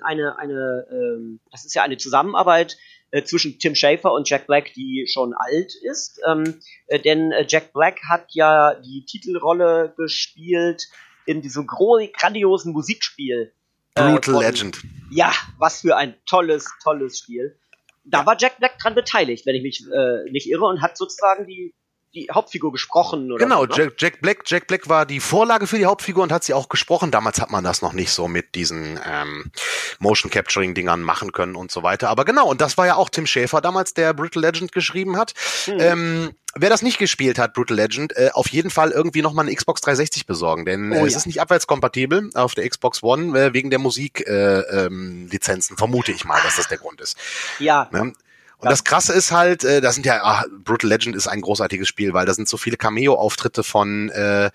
das ist ja eine Zusammenarbeit zwischen Tim Schafer und Jack Black, die schon alt ist. Denn Jack Black hat ja die Titelrolle gespielt in diesem grandiosen Musikspiel Brutal von, Legend. ja, was für ein tolles Spiel. Da Ja. war Jack Black dran beteiligt, wenn ich mich nicht irre, und hat sozusagen die Hauptfigur gesprochen oder Genau, so, ne? Jack Black war die Vorlage für die Hauptfigur und hat sie auch gesprochen. Damals hat man das noch nicht so mit diesen Motion Capturing Dingern machen können und so weiter. Aber genau, und das war ja auch Tim Schafer damals, der Brutal Legend geschrieben hat. Wer das nicht gespielt hat, Brutal Legend, auf jeden Fall irgendwie nochmal eine Xbox 360 besorgen, denn Oh es ja. ist nicht abwärtskompatibel auf der Xbox One wegen der Musik-Lizenzen, vermute ich mal, dass das der Grund ist. Ja. Ne? Und das Krasse ist halt, das sind ja, Brutal Legend ist ein großartiges Spiel, weil da sind so viele Cameo-Auftritte von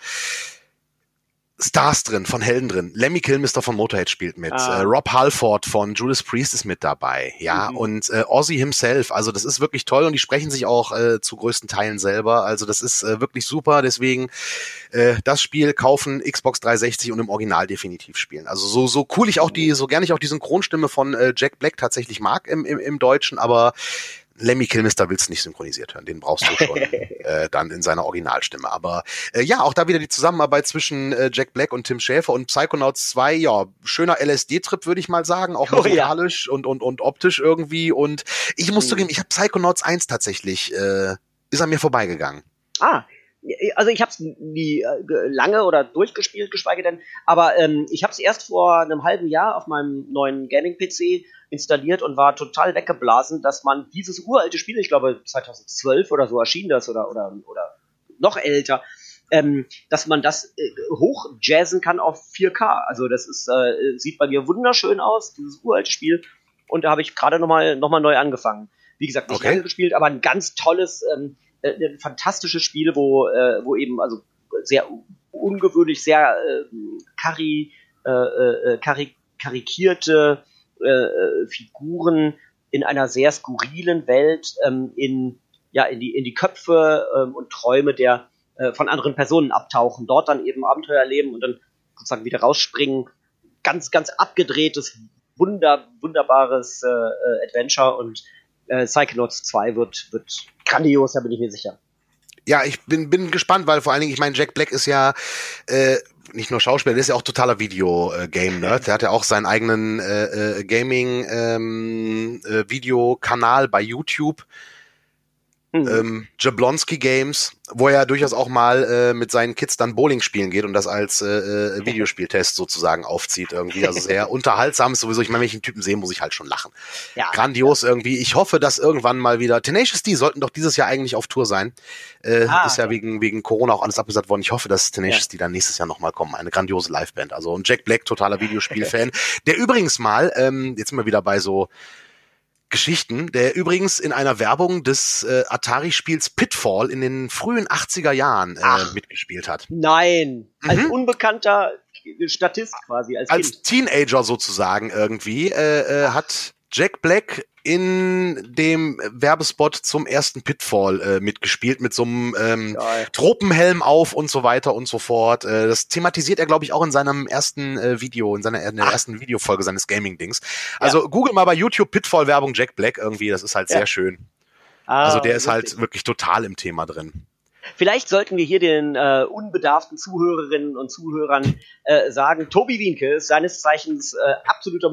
Stars drin, von Helden drin. Lemmy Kilmister von Motorhead spielt mit. Rob Halford von Judas Priest ist mit dabei. Ja, und Ozzy himself. Also das ist wirklich toll und die sprechen sich auch zu größten Teilen selber. Also das ist wirklich super. Deswegen das Spiel kaufen, Xbox 360 und im Original definitiv spielen. Also so cool ich auch so gerne ich auch die Synchronstimme von Jack Black tatsächlich mag im Deutschen, aber Lemmy Kilmister willst du nicht synchronisiert hören, den brauchst du schon dann in seiner Originalstimme. Aber ja, auch da wieder die Zusammenarbeit zwischen Jack Black und Tim Schafer und Psychonauts 2, ja, schöner LSD-Trip, würde ich mal sagen, auch musikalisch und optisch irgendwie. Und ich muss zugeben, ich habe Psychonauts 1 tatsächlich, ist an mir vorbeigegangen. Also ich habe es nie lange oder durchgespielt, geschweige denn, aber ich habe es erst vor einem halben Jahr auf meinem neuen Gaming-PC installiert und war total weggeblasen, dass man dieses uralte Spiel, ich glaube 2012 oder so erschien das oder noch älter, dass man das hochjazzen kann auf 4K. Also das ist sieht bei mir wunderschön aus, dieses uralte Spiel, und da habe ich gerade noch mal neu angefangen. Wie gesagt, nicht lange gespielt, aber ein ganz tolles ein fantastisches Spiel, wo eben also sehr ungewöhnlich, sehr karikierte Figuren in einer sehr skurrilen Welt in die Köpfe und Träume von anderen Personen abtauchen, dort dann eben Abenteuer erleben und dann sozusagen wieder rausspringen. Ganz abgedrehtes, wunderbares Adventure, und Psychonauts 2 wird grandios, da bin ich mir sicher. Ja, ich bin gespannt, weil vor allen Dingen, ich meine, Jack Black ist ja nicht nur Schauspieler, der ist ja auch totaler Video-Game-Nerd. Der hat ja auch seinen eigenen Gaming-Videokanal bei YouTube. Jablonski Games, wo er durchaus auch mal mit seinen Kids dann Bowling spielen geht und das als Videospieltest sozusagen aufzieht irgendwie. Also sehr unterhaltsam ist sowieso. Ich meine, wenn ich einen Typen sehe, muss ich halt schon lachen. Ja. Grandios irgendwie. Ich hoffe, dass irgendwann mal wieder Tenacious D sollten doch dieses Jahr eigentlich auf Tour sein. Ist ja wegen Corona auch alles abgesagt worden. Ich hoffe, dass Tenacious D dann nächstes Jahr nochmal kommen. Eine grandiose Liveband. Also und Jack Black, totaler Videospielfan. Der übrigens mal, jetzt sind wir wieder bei so Geschichten, der übrigens in einer Werbung des Atari-Spiels Pitfall in den frühen 80er Jahren mitgespielt hat. Nein, als unbekannter Statist quasi. Als Teenager sozusagen irgendwie hat Jack Black in dem Werbespot zum ersten Pitfall mitgespielt, mit so einem Tropenhelm auf und so weiter und so fort. Das thematisiert er, glaube ich, auch in seinem ersten Video, in der ersten Videofolge seines Gaming-Dings. Also Google mal bei YouTube Pitfall-Werbung Jack Black irgendwie, das ist halt sehr schön. Also der ist halt wirklich total im Thema drin. Vielleicht sollten wir hier den unbedarften Zuhörerinnen und Zuhörern sagen, Tobi Wienke ist seines Zeichens absoluter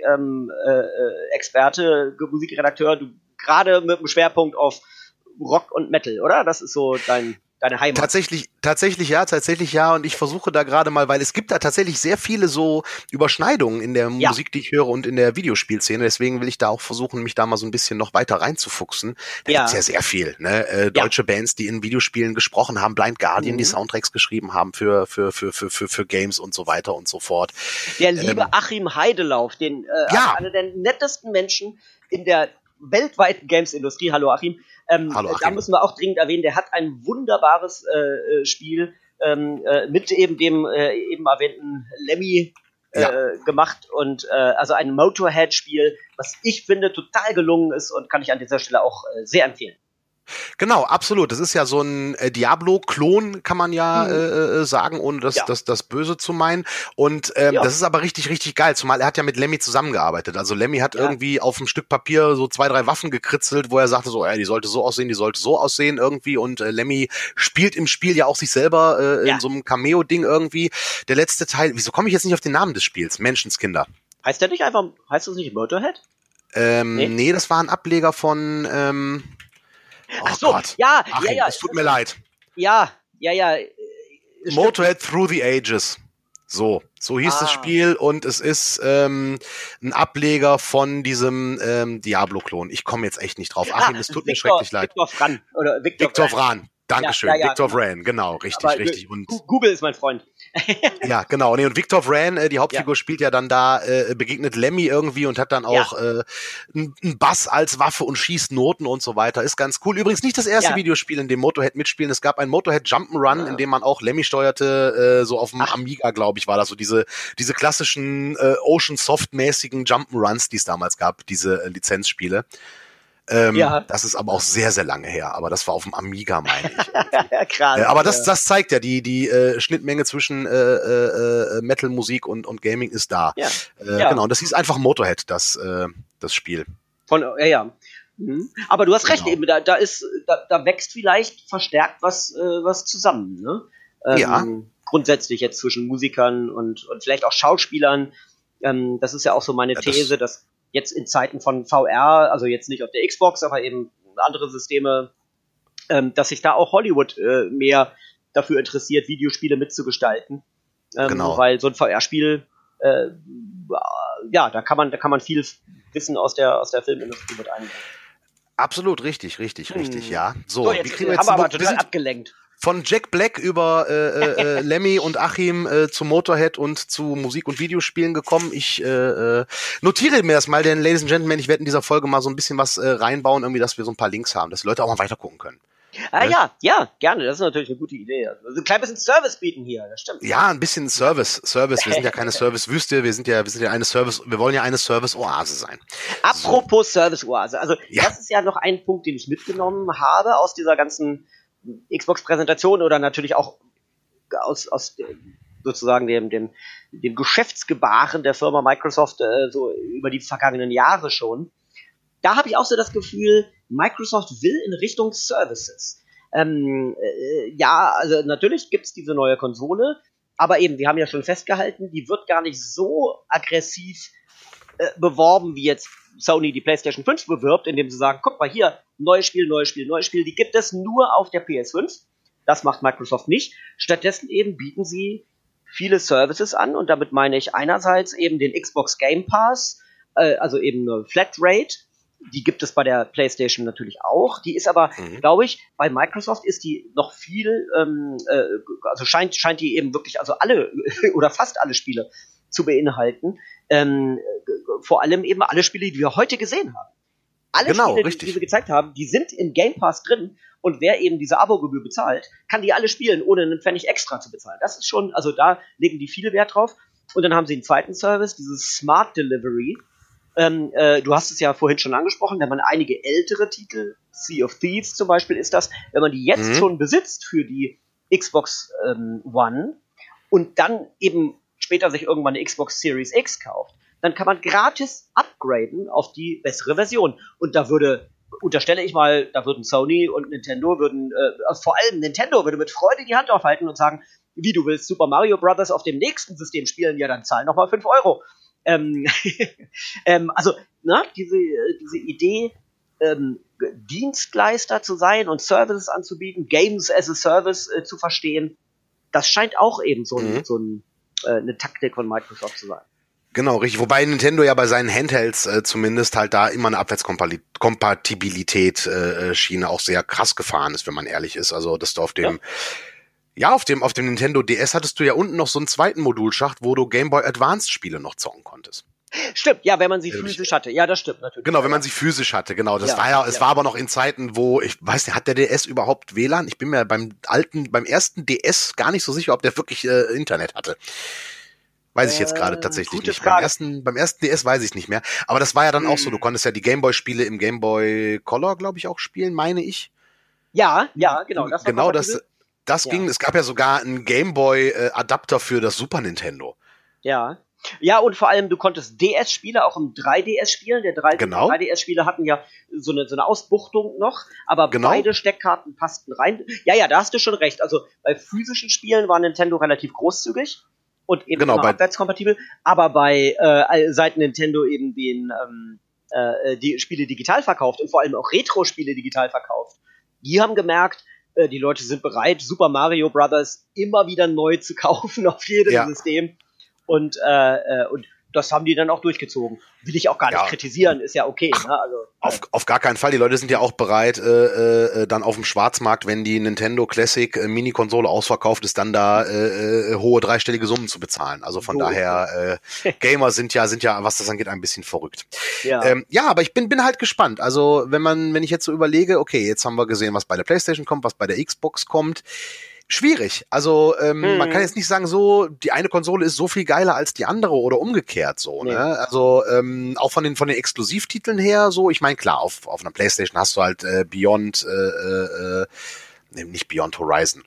Musikexperte, Musikredakteur, du gerade mit dem Schwerpunkt auf Rock und Metal, oder? Das ist so deine Heimat. Tatsächlich ja. Und ich versuche da gerade mal, weil es gibt da tatsächlich sehr viele so Überschneidungen in der Musik, die ich höre und in der Videospielszene. Deswegen will ich da auch versuchen, mich da mal so ein bisschen noch weiter reinzufuchsen. Da gibt's ja sehr viel, ne? Deutsche Bands, die in Videospielen gesprochen haben, Blind Guardian, die Soundtracks geschrieben haben für Games und so weiter und so fort. Der liebe Achim Heidelauf, einer der nettesten Menschen in der weltweiten Games-Industrie. Hallo Achim. Hallo Achim. Da müssen wir auch dringend erwähnen, der hat ein wunderbares Spiel mit eben dem eben erwähnten Lemmy gemacht und also ein Motorhead-Spiel, was ich finde total gelungen ist und kann ich an dieser Stelle auch sehr empfehlen. Genau, absolut. Das ist ja so ein Diablo-Klon, kann man ja sagen, ohne das Böse zu meinen. Und das ist aber richtig, richtig geil. Zumal er hat ja mit Lemmy zusammengearbeitet. Also Lemmy hat irgendwie auf einem Stück Papier so 2, 3 Waffen gekritzelt, wo er sagte so, die sollte so aussehen, die sollte so aussehen irgendwie. Und Lemmy spielt im Spiel ja auch sich selber in so einem Cameo-Ding irgendwie. Der letzte Teil, wieso komme ich jetzt nicht auf den Namen des Spiels? Menschenskinder. Heißt das nicht Motorhead? Nee, das war ein Ableger von Ach so, Gott. Ja. Es tut mir leid. Ja. Motorhead Through the Ages. So hieß das Spiel und es ist ein Ableger von diesem Diablo-Klon. Ich komme jetzt echt nicht drauf. Achim, es tut mir schrecklich leid. Victor Vran. Dankeschön, Victor Vran, genau, richtig. Und Google ist mein Freund. Ja, genau. Nee, und Victor Vran, die Hauptfigur, spielt ja dann da, begegnet Lemmy irgendwie und hat dann auch einen Bass als Waffe und schießt Noten und so weiter. Ist ganz cool. Übrigens nicht das erste Videospiel, in dem Motorhead mitspielen. Es gab ein Motorhead Jump'n'Run, in dem man auch Lemmy steuerte, so auf dem Amiga, glaube ich, war das so diese klassischen Ocean Soft-mäßigen Jump'n'Runs, die es damals gab, diese Lizenzspiele. Das ist aber auch sehr, sehr lange her. Aber das war auf dem Amiga, meine ich. Krass, aber das zeigt ja, die Schnittmenge zwischen Metal-Musik und Gaming ist da. Genau, und das hieß einfach Motorhead, das Spiel. Aber du hast recht, eben, da wächst vielleicht verstärkt was zusammen, ne? Grundsätzlich jetzt zwischen Musikern und vielleicht auch Schauspielern. Das ist ja auch so meine These, dass jetzt in Zeiten von VR, also jetzt nicht auf der Xbox, aber eben andere Systeme, dass sich da auch Hollywood mehr dafür interessiert, Videospiele mitzugestalten. Genau. Weil so ein VR-Spiel, da kann man viel Wissen aus der Filmindustrie mit einbringen. Absolut, richtig, ja. So, jetzt haben wir aber total abgelenkt. Von Jack Black über Lemmy und Achim zu Motorhead und zu Musik- und Videospielen gekommen. Ich notiere mir das mal, denn Ladies and Gentlemen, ich werde in dieser Folge mal so ein bisschen was reinbauen, irgendwie, dass wir so ein paar Links haben, dass die Leute auch mal weiter gucken können. Ja, gerne. Das ist natürlich eine gute Idee. Also ein klein bisschen Service bieten hier, das stimmt. Ja, ein bisschen Service. Wir sind ja keine Service-Wüste, wir sind ja wir wollen ja eine Service-Oase sein. Apropos Service-Oase. Also, das ist ja noch ein Punkt, den ich mitgenommen habe aus dieser ganzen Xbox-Präsentation oder natürlich auch aus sozusagen dem Geschäftsgebaren der Firma Microsoft so über die vergangenen Jahre schon. da habe ich auch so das Gefühl, Microsoft will in Richtung Services. Ja, also natürlich gibt's diese neue Konsole, aber eben, wir haben ja schon festgehalten, die wird gar nicht so aggressiv beworben, wie jetzt Sony die PlayStation 5 bewirbt, indem sie sagen, guck mal hier, neues Spiel, die gibt es nur auf der PS5. Das macht Microsoft nicht. Stattdessen eben bieten sie viele Services an und damit meine ich einerseits eben den Xbox Game Pass, also eben eine Flatrate, die gibt es bei der PlayStation natürlich auch. Die ist aber, glaube ich, bei Microsoft ist die noch viel, also scheint die eben wirklich, also alle oder fast alle Spiele zu beinhalten. Vor allem eben alle Spiele, die wir heute gesehen haben. Alle Spiele, die wir gezeigt haben, die sind im Game Pass drin und wer eben diese Abogebühr bezahlt, kann die alle spielen, ohne einen Pfennig extra zu bezahlen. Das ist schon, also da legen die viele Wert drauf. Und dann haben sie einen zweiten Service, dieses Smart Delivery. Du hast es ja vorhin schon angesprochen, wenn man einige ältere Titel, Sea of Thieves zum Beispiel ist das, wenn man die jetzt schon besitzt für die Xbox One und dann eben später sich irgendwann eine Xbox Series X kauft, dann kann man gratis upgraden auf die bessere Version. Und da unterstelle ich mal, da würden Sony und Nintendo vor allem Nintendo würde mit Freude die Hand aufhalten und sagen, wie du willst Super Mario Bros. Auf dem nächsten System spielen, ja dann zahl nochmal 5 Euro. Also, diese Idee, Dienstleister zu sein und Services anzubieten, Games as a Service zu verstehen, das scheint auch eben eine Taktik von Microsoft zu sein. Genau, richtig. Wobei Nintendo ja bei seinen Handhelds zumindest halt da immer eine Abwärtskompatibilität Schiene auch sehr krass gefahren ist, wenn man ehrlich ist. Also, dass du auf dem Nintendo DS hattest du ja unten noch so einen zweiten Modulschacht, wo du Game Boy Advanced Spiele noch zocken konntest. Stimmt, ja, wenn man sie physisch hatte. Ja, das stimmt natürlich. Genau, wenn man sie physisch hatte, genau. Das war aber noch in Zeiten, wo, ich weiß nicht, hat der DS überhaupt WLAN? Ich bin mir beim ersten DS gar nicht so sicher, ob der wirklich Internet hatte. Weiß ich jetzt gerade tatsächlich nicht. Beim ersten DS weiß ich nicht mehr. Aber das war ja dann auch so, du konntest ja die Gameboy-Spiele im Game Boy Color, glaube ich, auch spielen, meine ich. Ja, genau. Das ging, es gab ja sogar einen Gameboy-Adapter für das Super Nintendo. Ja. Ja, und vor allem, du konntest DS-Spiele auch im 3DS spielen. Die 3DS-Spiele hatten ja so eine Ausbuchtung noch, aber beide Steckkarten passten rein. Ja, da hast du schon recht. Also bei physischen Spielen war Nintendo relativ großzügig und eben immer abwärtskompatibel, aber seit Nintendo eben die Spiele digital verkauft und vor allem auch Retro-Spiele digital verkauft, die haben gemerkt, die Leute sind bereit, Super Mario Bros. Immer wieder neu zu kaufen auf jedem System. Und das haben die dann auch durchgezogen. Will ich auch gar nicht kritisieren, ist ja okay. Ne? Also, auf gar keinen Fall. Die Leute sind ja auch bereit, dann auf dem Schwarzmarkt, wenn die Nintendo Classic Mini-Konsole ausverkauft ist, dann da hohe dreistellige Summen zu bezahlen. Also von daher, Gamer sind ja, was das angeht, ein bisschen verrückt. Ja, aber ich bin halt gespannt. Also wenn ich jetzt so überlege, okay, jetzt haben wir gesehen, was bei der PlayStation kommt, was bei der Xbox kommt. Schwierig. Also man kann jetzt nicht sagen, so die eine Konsole ist so viel geiler als die andere oder umgekehrt so. Nee. Ne? Also auch von den Exklusivtiteln her so. Ich meine klar, auf einer PlayStation hast du halt Beyond, nicht Beyond Horizon,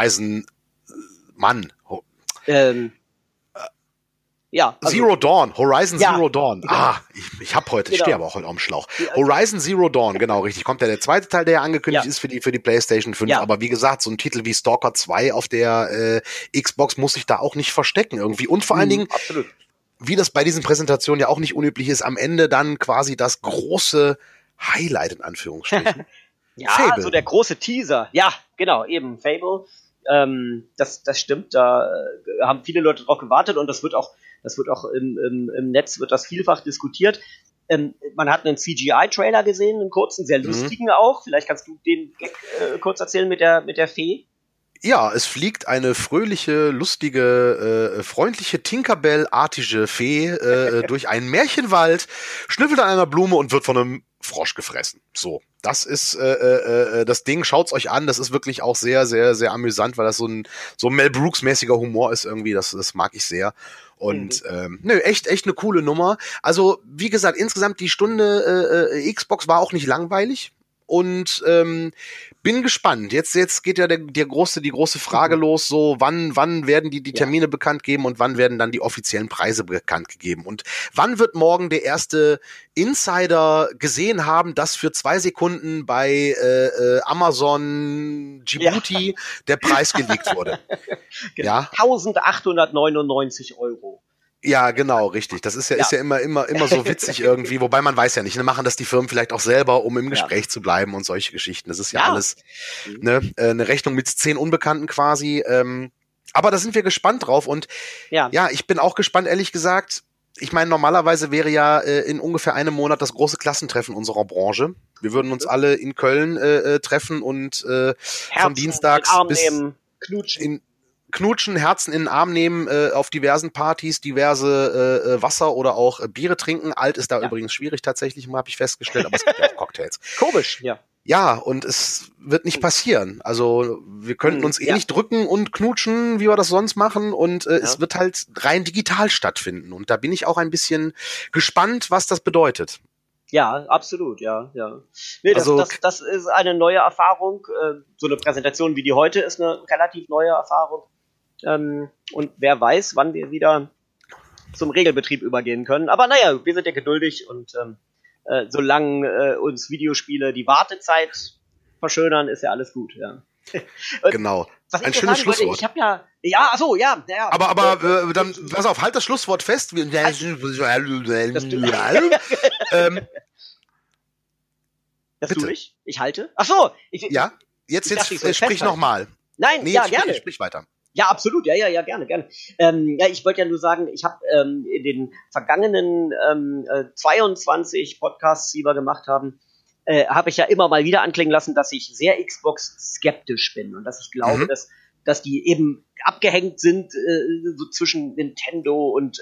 Zero Dawn, Horizon Zero Dawn. Genau. Ich stehe aber auch heute am Schlauch. Horizon Zero Dawn, genau, richtig. Kommt ja der zweite Teil, der ja angekündigt ist für die PlayStation 5. Ja. Aber wie gesagt, so ein Titel wie Stalker 2 auf der Xbox muss sich da auch nicht verstecken irgendwie. Und vor allen Dingen, absolut. Wie das bei diesen Präsentationen ja auch nicht unüblich ist, am Ende dann quasi das große Highlight in Anführungsstrichen. Fable. So der große Teaser. Ja, genau, eben Fable. Das stimmt, da haben viele Leute drauf gewartet und das wird auch im Netz wird das vielfach diskutiert. Man hat einen CGI-Trailer gesehen, einen kurzen, sehr lustigen auch. Vielleicht kannst du den Gag kurz erzählen mit der Fee. Ja, es fliegt eine fröhliche, lustige, freundliche Tinkerbell-artige Fee durch einen Märchenwald, schnüffelt an einer Blume und wird von einem Frosch gefressen. So, das ist das Ding. Schaut's euch an. Das ist wirklich auch sehr, sehr, sehr amüsant, weil das so ein Mel Brooks-mäßiger Humor ist irgendwie. Das mag ich sehr. Und echt eine coole Nummer. Also wie gesagt, insgesamt die Stunde Xbox war auch nicht langweilig. und bin gespannt. Jetzt geht ja die große Frage los, so wann werden die Termine bekannt geben und wann werden dann die offiziellen Preise bekannt gegeben und wann wird morgen der erste Insider gesehen haben, dass für 2 Sekunden bei Amazon Djibouti der Preis geleakt wurde. Genau. Ja? 1.899 €. Ja, genau, richtig. Das ist ja immer so witzig irgendwie, wobei man weiß ja nicht, ne, machen das die Firmen vielleicht auch selber, um im Gespräch zu bleiben und solche Geschichten. Das ist ja alles eine Rechnung mit 10 Unbekannten quasi. Aber da sind wir gespannt drauf und ja, ich bin auch gespannt, ehrlich gesagt. Ich meine, normalerweise wäre ja in ungefähr einem Monat das große Klassentreffen unserer Branche. Wir würden uns alle in Köln treffen und von Dienstags bis Knutschen, Herzen in den Arm nehmen, auf diversen Partys, diverse Wasser oder auch Biere trinken. Alt ist da übrigens schwierig tatsächlich, habe ich festgestellt, aber es gibt ja auch Cocktails. Komisch, ja. Ja, und es wird nicht passieren. Also wir könnten uns nicht drücken und knutschen, wie wir das sonst machen. Und es wird halt rein digital stattfinden. Und da bin ich auch ein bisschen gespannt, was das bedeutet. Ja, absolut, ja. Nee, das ist eine neue Erfahrung. So eine Präsentation wie die heute ist eine relativ neue Erfahrung. Und wer weiß, wann wir wieder zum Regelbetrieb übergehen können. Aber naja, wir sind ja geduldig und solange uns Videospiele die Wartezeit verschönern, ist ja alles gut, ja. Genau. Ein schönes Schlusswort. Ich habe ja. Aber dann, pass auf, halt das Schlusswort fest. Das tue ich. Ich halte. Ach so. Jetzt sprich nochmal. Nein, nee, gerne. Sprich weiter. Ja, absolut. Ja, gerne. Ich wollte ja nur sagen, ich habe in den vergangenen 22 Podcasts, die wir gemacht haben, habe ich ja immer mal wieder anklingen lassen, dass ich sehr Xbox-skeptisch bin und dass ich glaube, dass die eben abgehängt sind so zwischen Nintendo und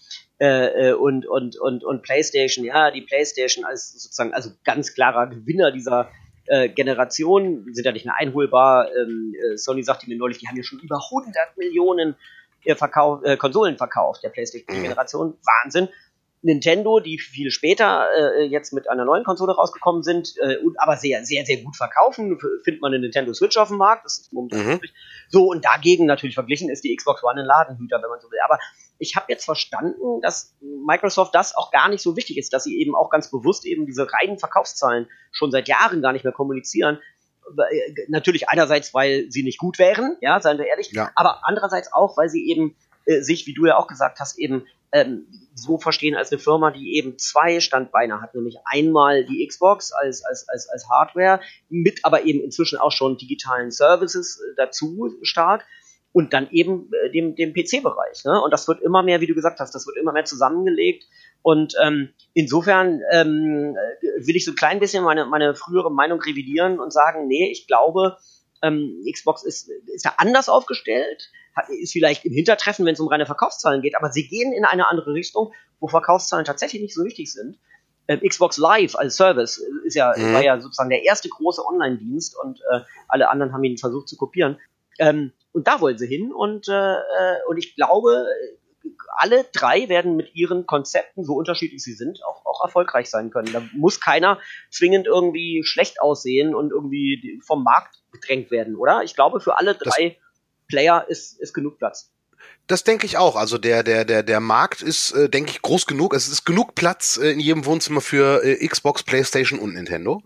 PlayStation. Ja, die PlayStation als sozusagen also ganz klarer Gewinner dieser Generation, die sind ja nicht mehr einholbar. Sony sagte mir neulich, die haben ja schon über 100 Millionen Konsolen verkauft, der PlayStation-Generation. Wahnsinn. Nintendo, die viel später jetzt mit einer neuen Konsole rausgekommen sind und aber sehr, sehr, sehr gut verkaufen, findet man eine Nintendo Switch auf dem Markt, das ist momentan möglich. So, und dagegen natürlich verglichen ist die Xbox One ein Ladenhüter, wenn man so will. Aber ich habe jetzt verstanden, dass Microsoft das auch gar nicht so wichtig ist, dass sie eben auch ganz bewusst eben diese reinen Verkaufszahlen schon seit Jahren gar nicht mehr kommunizieren. Natürlich einerseits, weil sie nicht gut wären, ja, seien wir ehrlich, aber andererseits auch, weil sie eben sich, wie du ja auch gesagt hast, eben so verstehen als eine Firma, die eben 2 Standbeine hat, nämlich einmal die Xbox als Hardware, mit aber eben inzwischen auch schon digitalen Services dazu stark und dann eben dem PC-Bereich. Ne? Und das wird immer mehr, wie du gesagt hast, das wird immer mehr zusammengelegt und insofern will ich so ein klein bisschen meine frühere Meinung revidieren und sagen, nee, ich glaube, Xbox ist da anders aufgestellt, ist vielleicht im Hintertreffen, wenn es um reine Verkaufszahlen geht, aber sie gehen in eine andere Richtung, wo Verkaufszahlen tatsächlich nicht so wichtig sind. Xbox Live als Service war ja sozusagen der erste große Online-Dienst und alle anderen haben ihn versucht zu kopieren. Und da wollen sie hin und ich glaube, alle 3 werden mit ihren Konzepten, so unterschiedlich sie sind, auch erfolgreich sein können. Da muss keiner zwingend irgendwie schlecht aussehen und irgendwie vom Markt gedrängt werden, oder? Ich glaube, für alle 3 Player ist genug Platz. Das denke ich auch. Also der Markt ist, denke ich, groß genug. Es ist genug Platz in jedem Wohnzimmer für Xbox, PlayStation und Nintendo.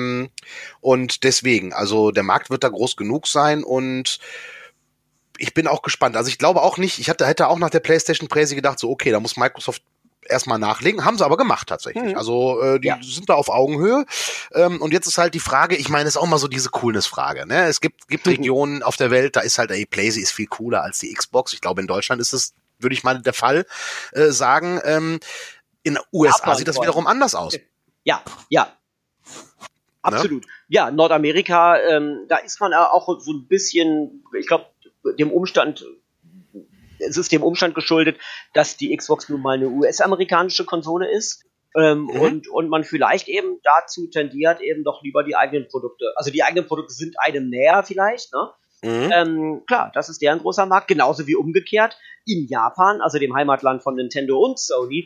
Und deswegen, also der Markt wird da groß genug sein und ich bin auch gespannt. Also ich glaube auch nicht, ich hätte auch nach der PlayStation-Präse gedacht, so okay, da muss Microsoft erstmal nachlegen, haben sie aber gemacht tatsächlich. Also die sind da auf Augenhöhe. Und jetzt ist halt die Frage, ich meine, ist auch mal so diese Coolness-Frage. Ne? Es gibt Regionen auf der Welt, da ist halt die PlayStation ist viel cooler als die Xbox. Ich glaube, in Deutschland ist es, würde ich mal der Fall sagen. In USA sieht das wiederum anders aus. Ja. Absolut. Ne? Ja, Nordamerika, da ist man auch so ein bisschen, ich glaube, es ist dem Umstand geschuldet, dass die Xbox nun mal eine US-amerikanische Konsole ist und man vielleicht eben dazu tendiert, eben doch lieber die eigenen Produkte. Also die eigenen Produkte sind einem näher vielleicht, ne? Klar, das ist deren großer Markt, genauso wie umgekehrt. In Japan, also dem Heimatland von Nintendo und Sony,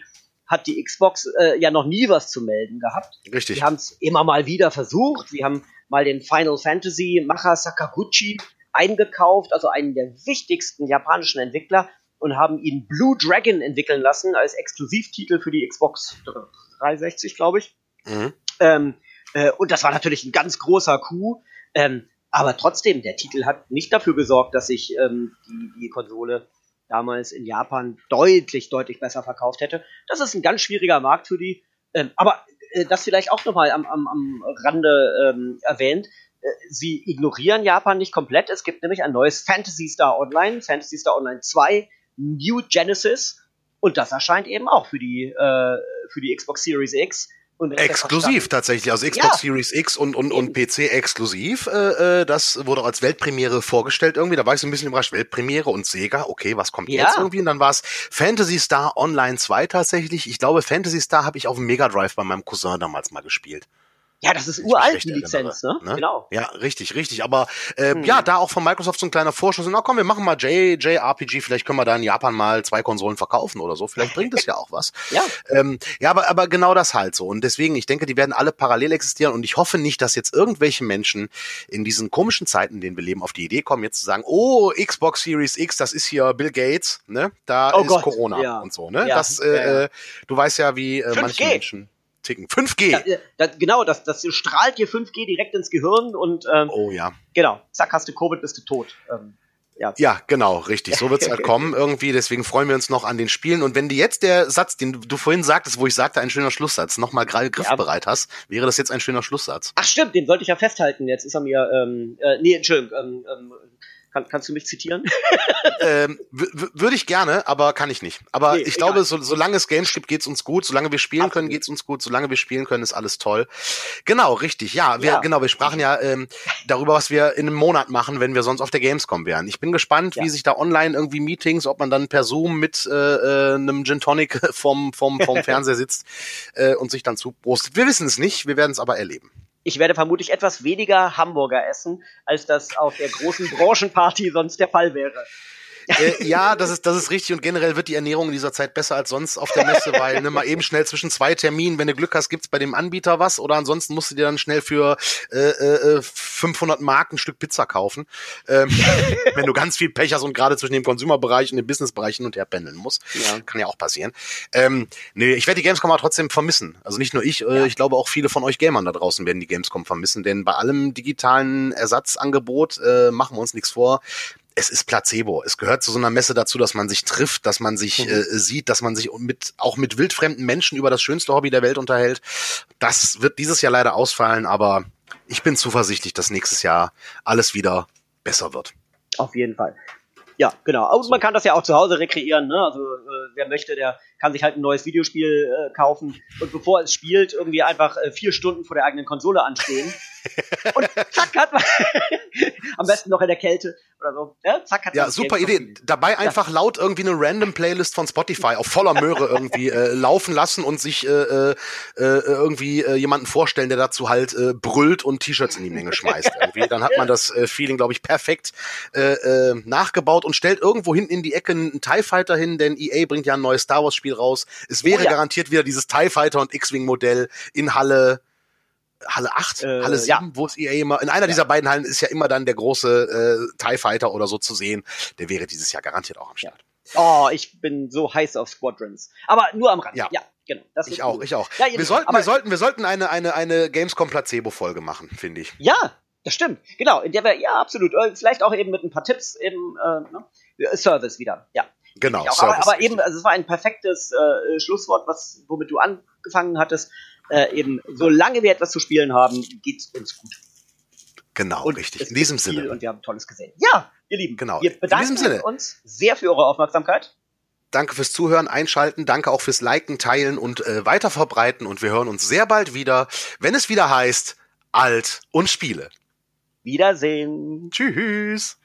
hat die Xbox ja noch nie was zu melden gehabt. Richtig. Die haben es immer mal wieder versucht. Sie haben mal den Final Fantasy Macher Sakaguchi eingekauft, also einen der wichtigsten japanischen Entwickler, und haben ihn Blue Dragon entwickeln lassen als Exklusivtitel für die Xbox 360, glaube ich. Mhm. Und das war natürlich ein ganz großer Coup. Aber trotzdem, der Titel hat nicht dafür gesorgt, dass sich die Konsole damals in Japan deutlich besser verkauft hätte. Das ist ein ganz schwieriger Markt für die. Aber das vielleicht auch nochmal am Rande erwähnt. Sie ignorieren Japan nicht komplett. Es gibt nämlich ein neues Phantasy Star Online 2, New Genesis. Und das erscheint eben auch für die Xbox Series X. Und exklusiv tatsächlich, also Xbox Series X und PC exklusiv. Das wurde auch als Weltpremiere vorgestellt irgendwie. Da war ich so ein bisschen überrascht. Weltpremiere und Sega, okay, was kommt jetzt irgendwie? Und dann war es Phantasy Star Online 2 tatsächlich. Ich glaube, Phantasy Star habe ich auf dem Mega Drive bei meinem Cousin damals mal gespielt. Ja, das ist uralt, die Lizenz, ne? Genau. Ja, richtig. Aber da auch von Microsoft so ein kleiner Vorschuss. Na komm, wir machen mal JRPG, vielleicht können wir da in Japan mal 2 Konsolen verkaufen oder so. Vielleicht bringt es ja auch was. Aber genau das halt so. Und deswegen, ich denke, die werden alle parallel existieren. Und ich hoffe nicht, dass jetzt irgendwelche Menschen in diesen komischen Zeiten, in denen wir leben, auf die Idee kommen, jetzt zu sagen, oh, Xbox Series X, das ist hier Bill Gates, ne? Da ist Gott, Corona und so, ne? Ja, du weißt ja, wie manche Menschen ticken. 5G. Genau, das strahlt dir 5G direkt ins Gehirn und oh ja. Genau, zack, hast du Covid, bist du tot. Ja, genau, richtig. So wird's halt kommen irgendwie. Deswegen freuen wir uns noch an den Spielen. Und wenn du jetzt der Satz, den du vorhin sagtest, wo ich sagte, ein schöner Schlusssatz, nochmal gerade griffbereit hast, wäre das jetzt ein schöner Schlusssatz. Ach stimmt, den sollte ich ja festhalten. Jetzt ist er mir, Entschuldigung, kannst du mich zitieren? Würde ich gerne, aber kann ich nicht. Aber ich glaube, solange es Games gibt, geht's uns gut. Solange wir spielen können, geht's uns gut. Solange wir spielen können, ist alles toll. Genau, richtig. Wir sprachen ja darüber, was wir in einem Monat machen, wenn wir sonst auf der Gamescom wären. Ich bin gespannt, wie sich da online irgendwie Meetings, ob man dann per Zoom mit einem Gin Tonic vom Fernseher sitzt und sich dann zuprostet. Wir wissen es nicht, wir werden es aber erleben. Ich werde vermutlich etwas weniger Hamburger essen, als das auf der großen Branchenparty sonst der Fall wäre. Ja, das ist richtig, und generell wird die Ernährung in dieser Zeit besser als sonst auf der Messe, weil mal eben schnell zwischen 2 Terminen, wenn du Glück hast, gibt's bei dem Anbieter was, oder ansonsten musst du dir dann schnell für 500 Mark ein Stück Pizza kaufen, wenn du ganz viel Pech hast und gerade zwischen dem Consumer-Bereich und dem Business-Bereich hin und her pendeln musst. Ja. Kann ja auch passieren. Ich werde die Gamescom aber trotzdem vermissen. Also nicht nur ich, ich glaube auch viele von euch Gamern da draußen werden die Gamescom vermissen, denn bei allem digitalen Ersatzangebot machen wir uns nichts vor. Es ist Placebo. Es gehört zu so einer Messe dazu, dass man sich trifft, dass man sich sieht, dass man sich auch mit wildfremden Menschen über das schönste Hobby der Welt unterhält. Das wird dieses Jahr leider ausfallen, aber ich bin zuversichtlich, dass nächstes Jahr alles wieder besser wird. Auf jeden Fall. Ja, genau. Und man kann das ja auch zu Hause rekreieren, ne? Also wer möchte, der kann sich halt ein neues Videospiel kaufen und bevor es spielt, irgendwie einfach 4 Stunden vor der eigenen Konsole anstehen. Und zack, hat man am besten noch in der Kälte oder so. Ja, zack, hat man super Idee. Dabei einfach laut irgendwie eine random Playlist von Spotify auf voller Möhre irgendwie laufen lassen und sich irgendwie jemanden vorstellen, der dazu halt brüllt und T-Shirts in die Menge schmeißt. Irgendwie. Dann hat man das Feeling, glaube ich, perfekt nachgebaut und stellt irgendwo hinten in die Ecke einen TIE Fighter hin, denn EA bringt ja ein neues Star Wars Spiel raus. Es wäre garantiert wieder dieses TIE Fighter und X-Wing Modell in Halle 8, Halle 7, wo es EA immer, in einer dieser beiden Hallen ist ja immer dann der große TIE Fighter oder so zu sehen. Der wäre dieses Jahr garantiert auch am Start. Oh, ich bin so heiß auf Squadrons. Aber nur am Rand. Ja, genau. Das ich auch. Ja, wir sollten eine Gamescom Placebo-Folge machen, finde ich. Ja, das stimmt. Genau, in der wir, absolut. Vielleicht auch eben mit ein paar Tipps eben, Service wieder. Ja. Genau. Aber eben, also es war ein perfektes Schlusswort, womit du angefangen hattest. Eben, solange wir etwas zu spielen haben, geht's uns gut. Genau, und richtig. In diesem Sinne. Und wir haben Tolles gesehen. Ja, ihr Lieben. Genau. Wir bedanken uns sehr für eure Aufmerksamkeit. Danke fürs Zuhören, Einschalten. Danke auch fürs Liken, Teilen und Weiterverbreiten. Und wir hören uns sehr bald wieder, wenn es wieder heißt Alt und Spiele. Wiedersehen. Tschüss.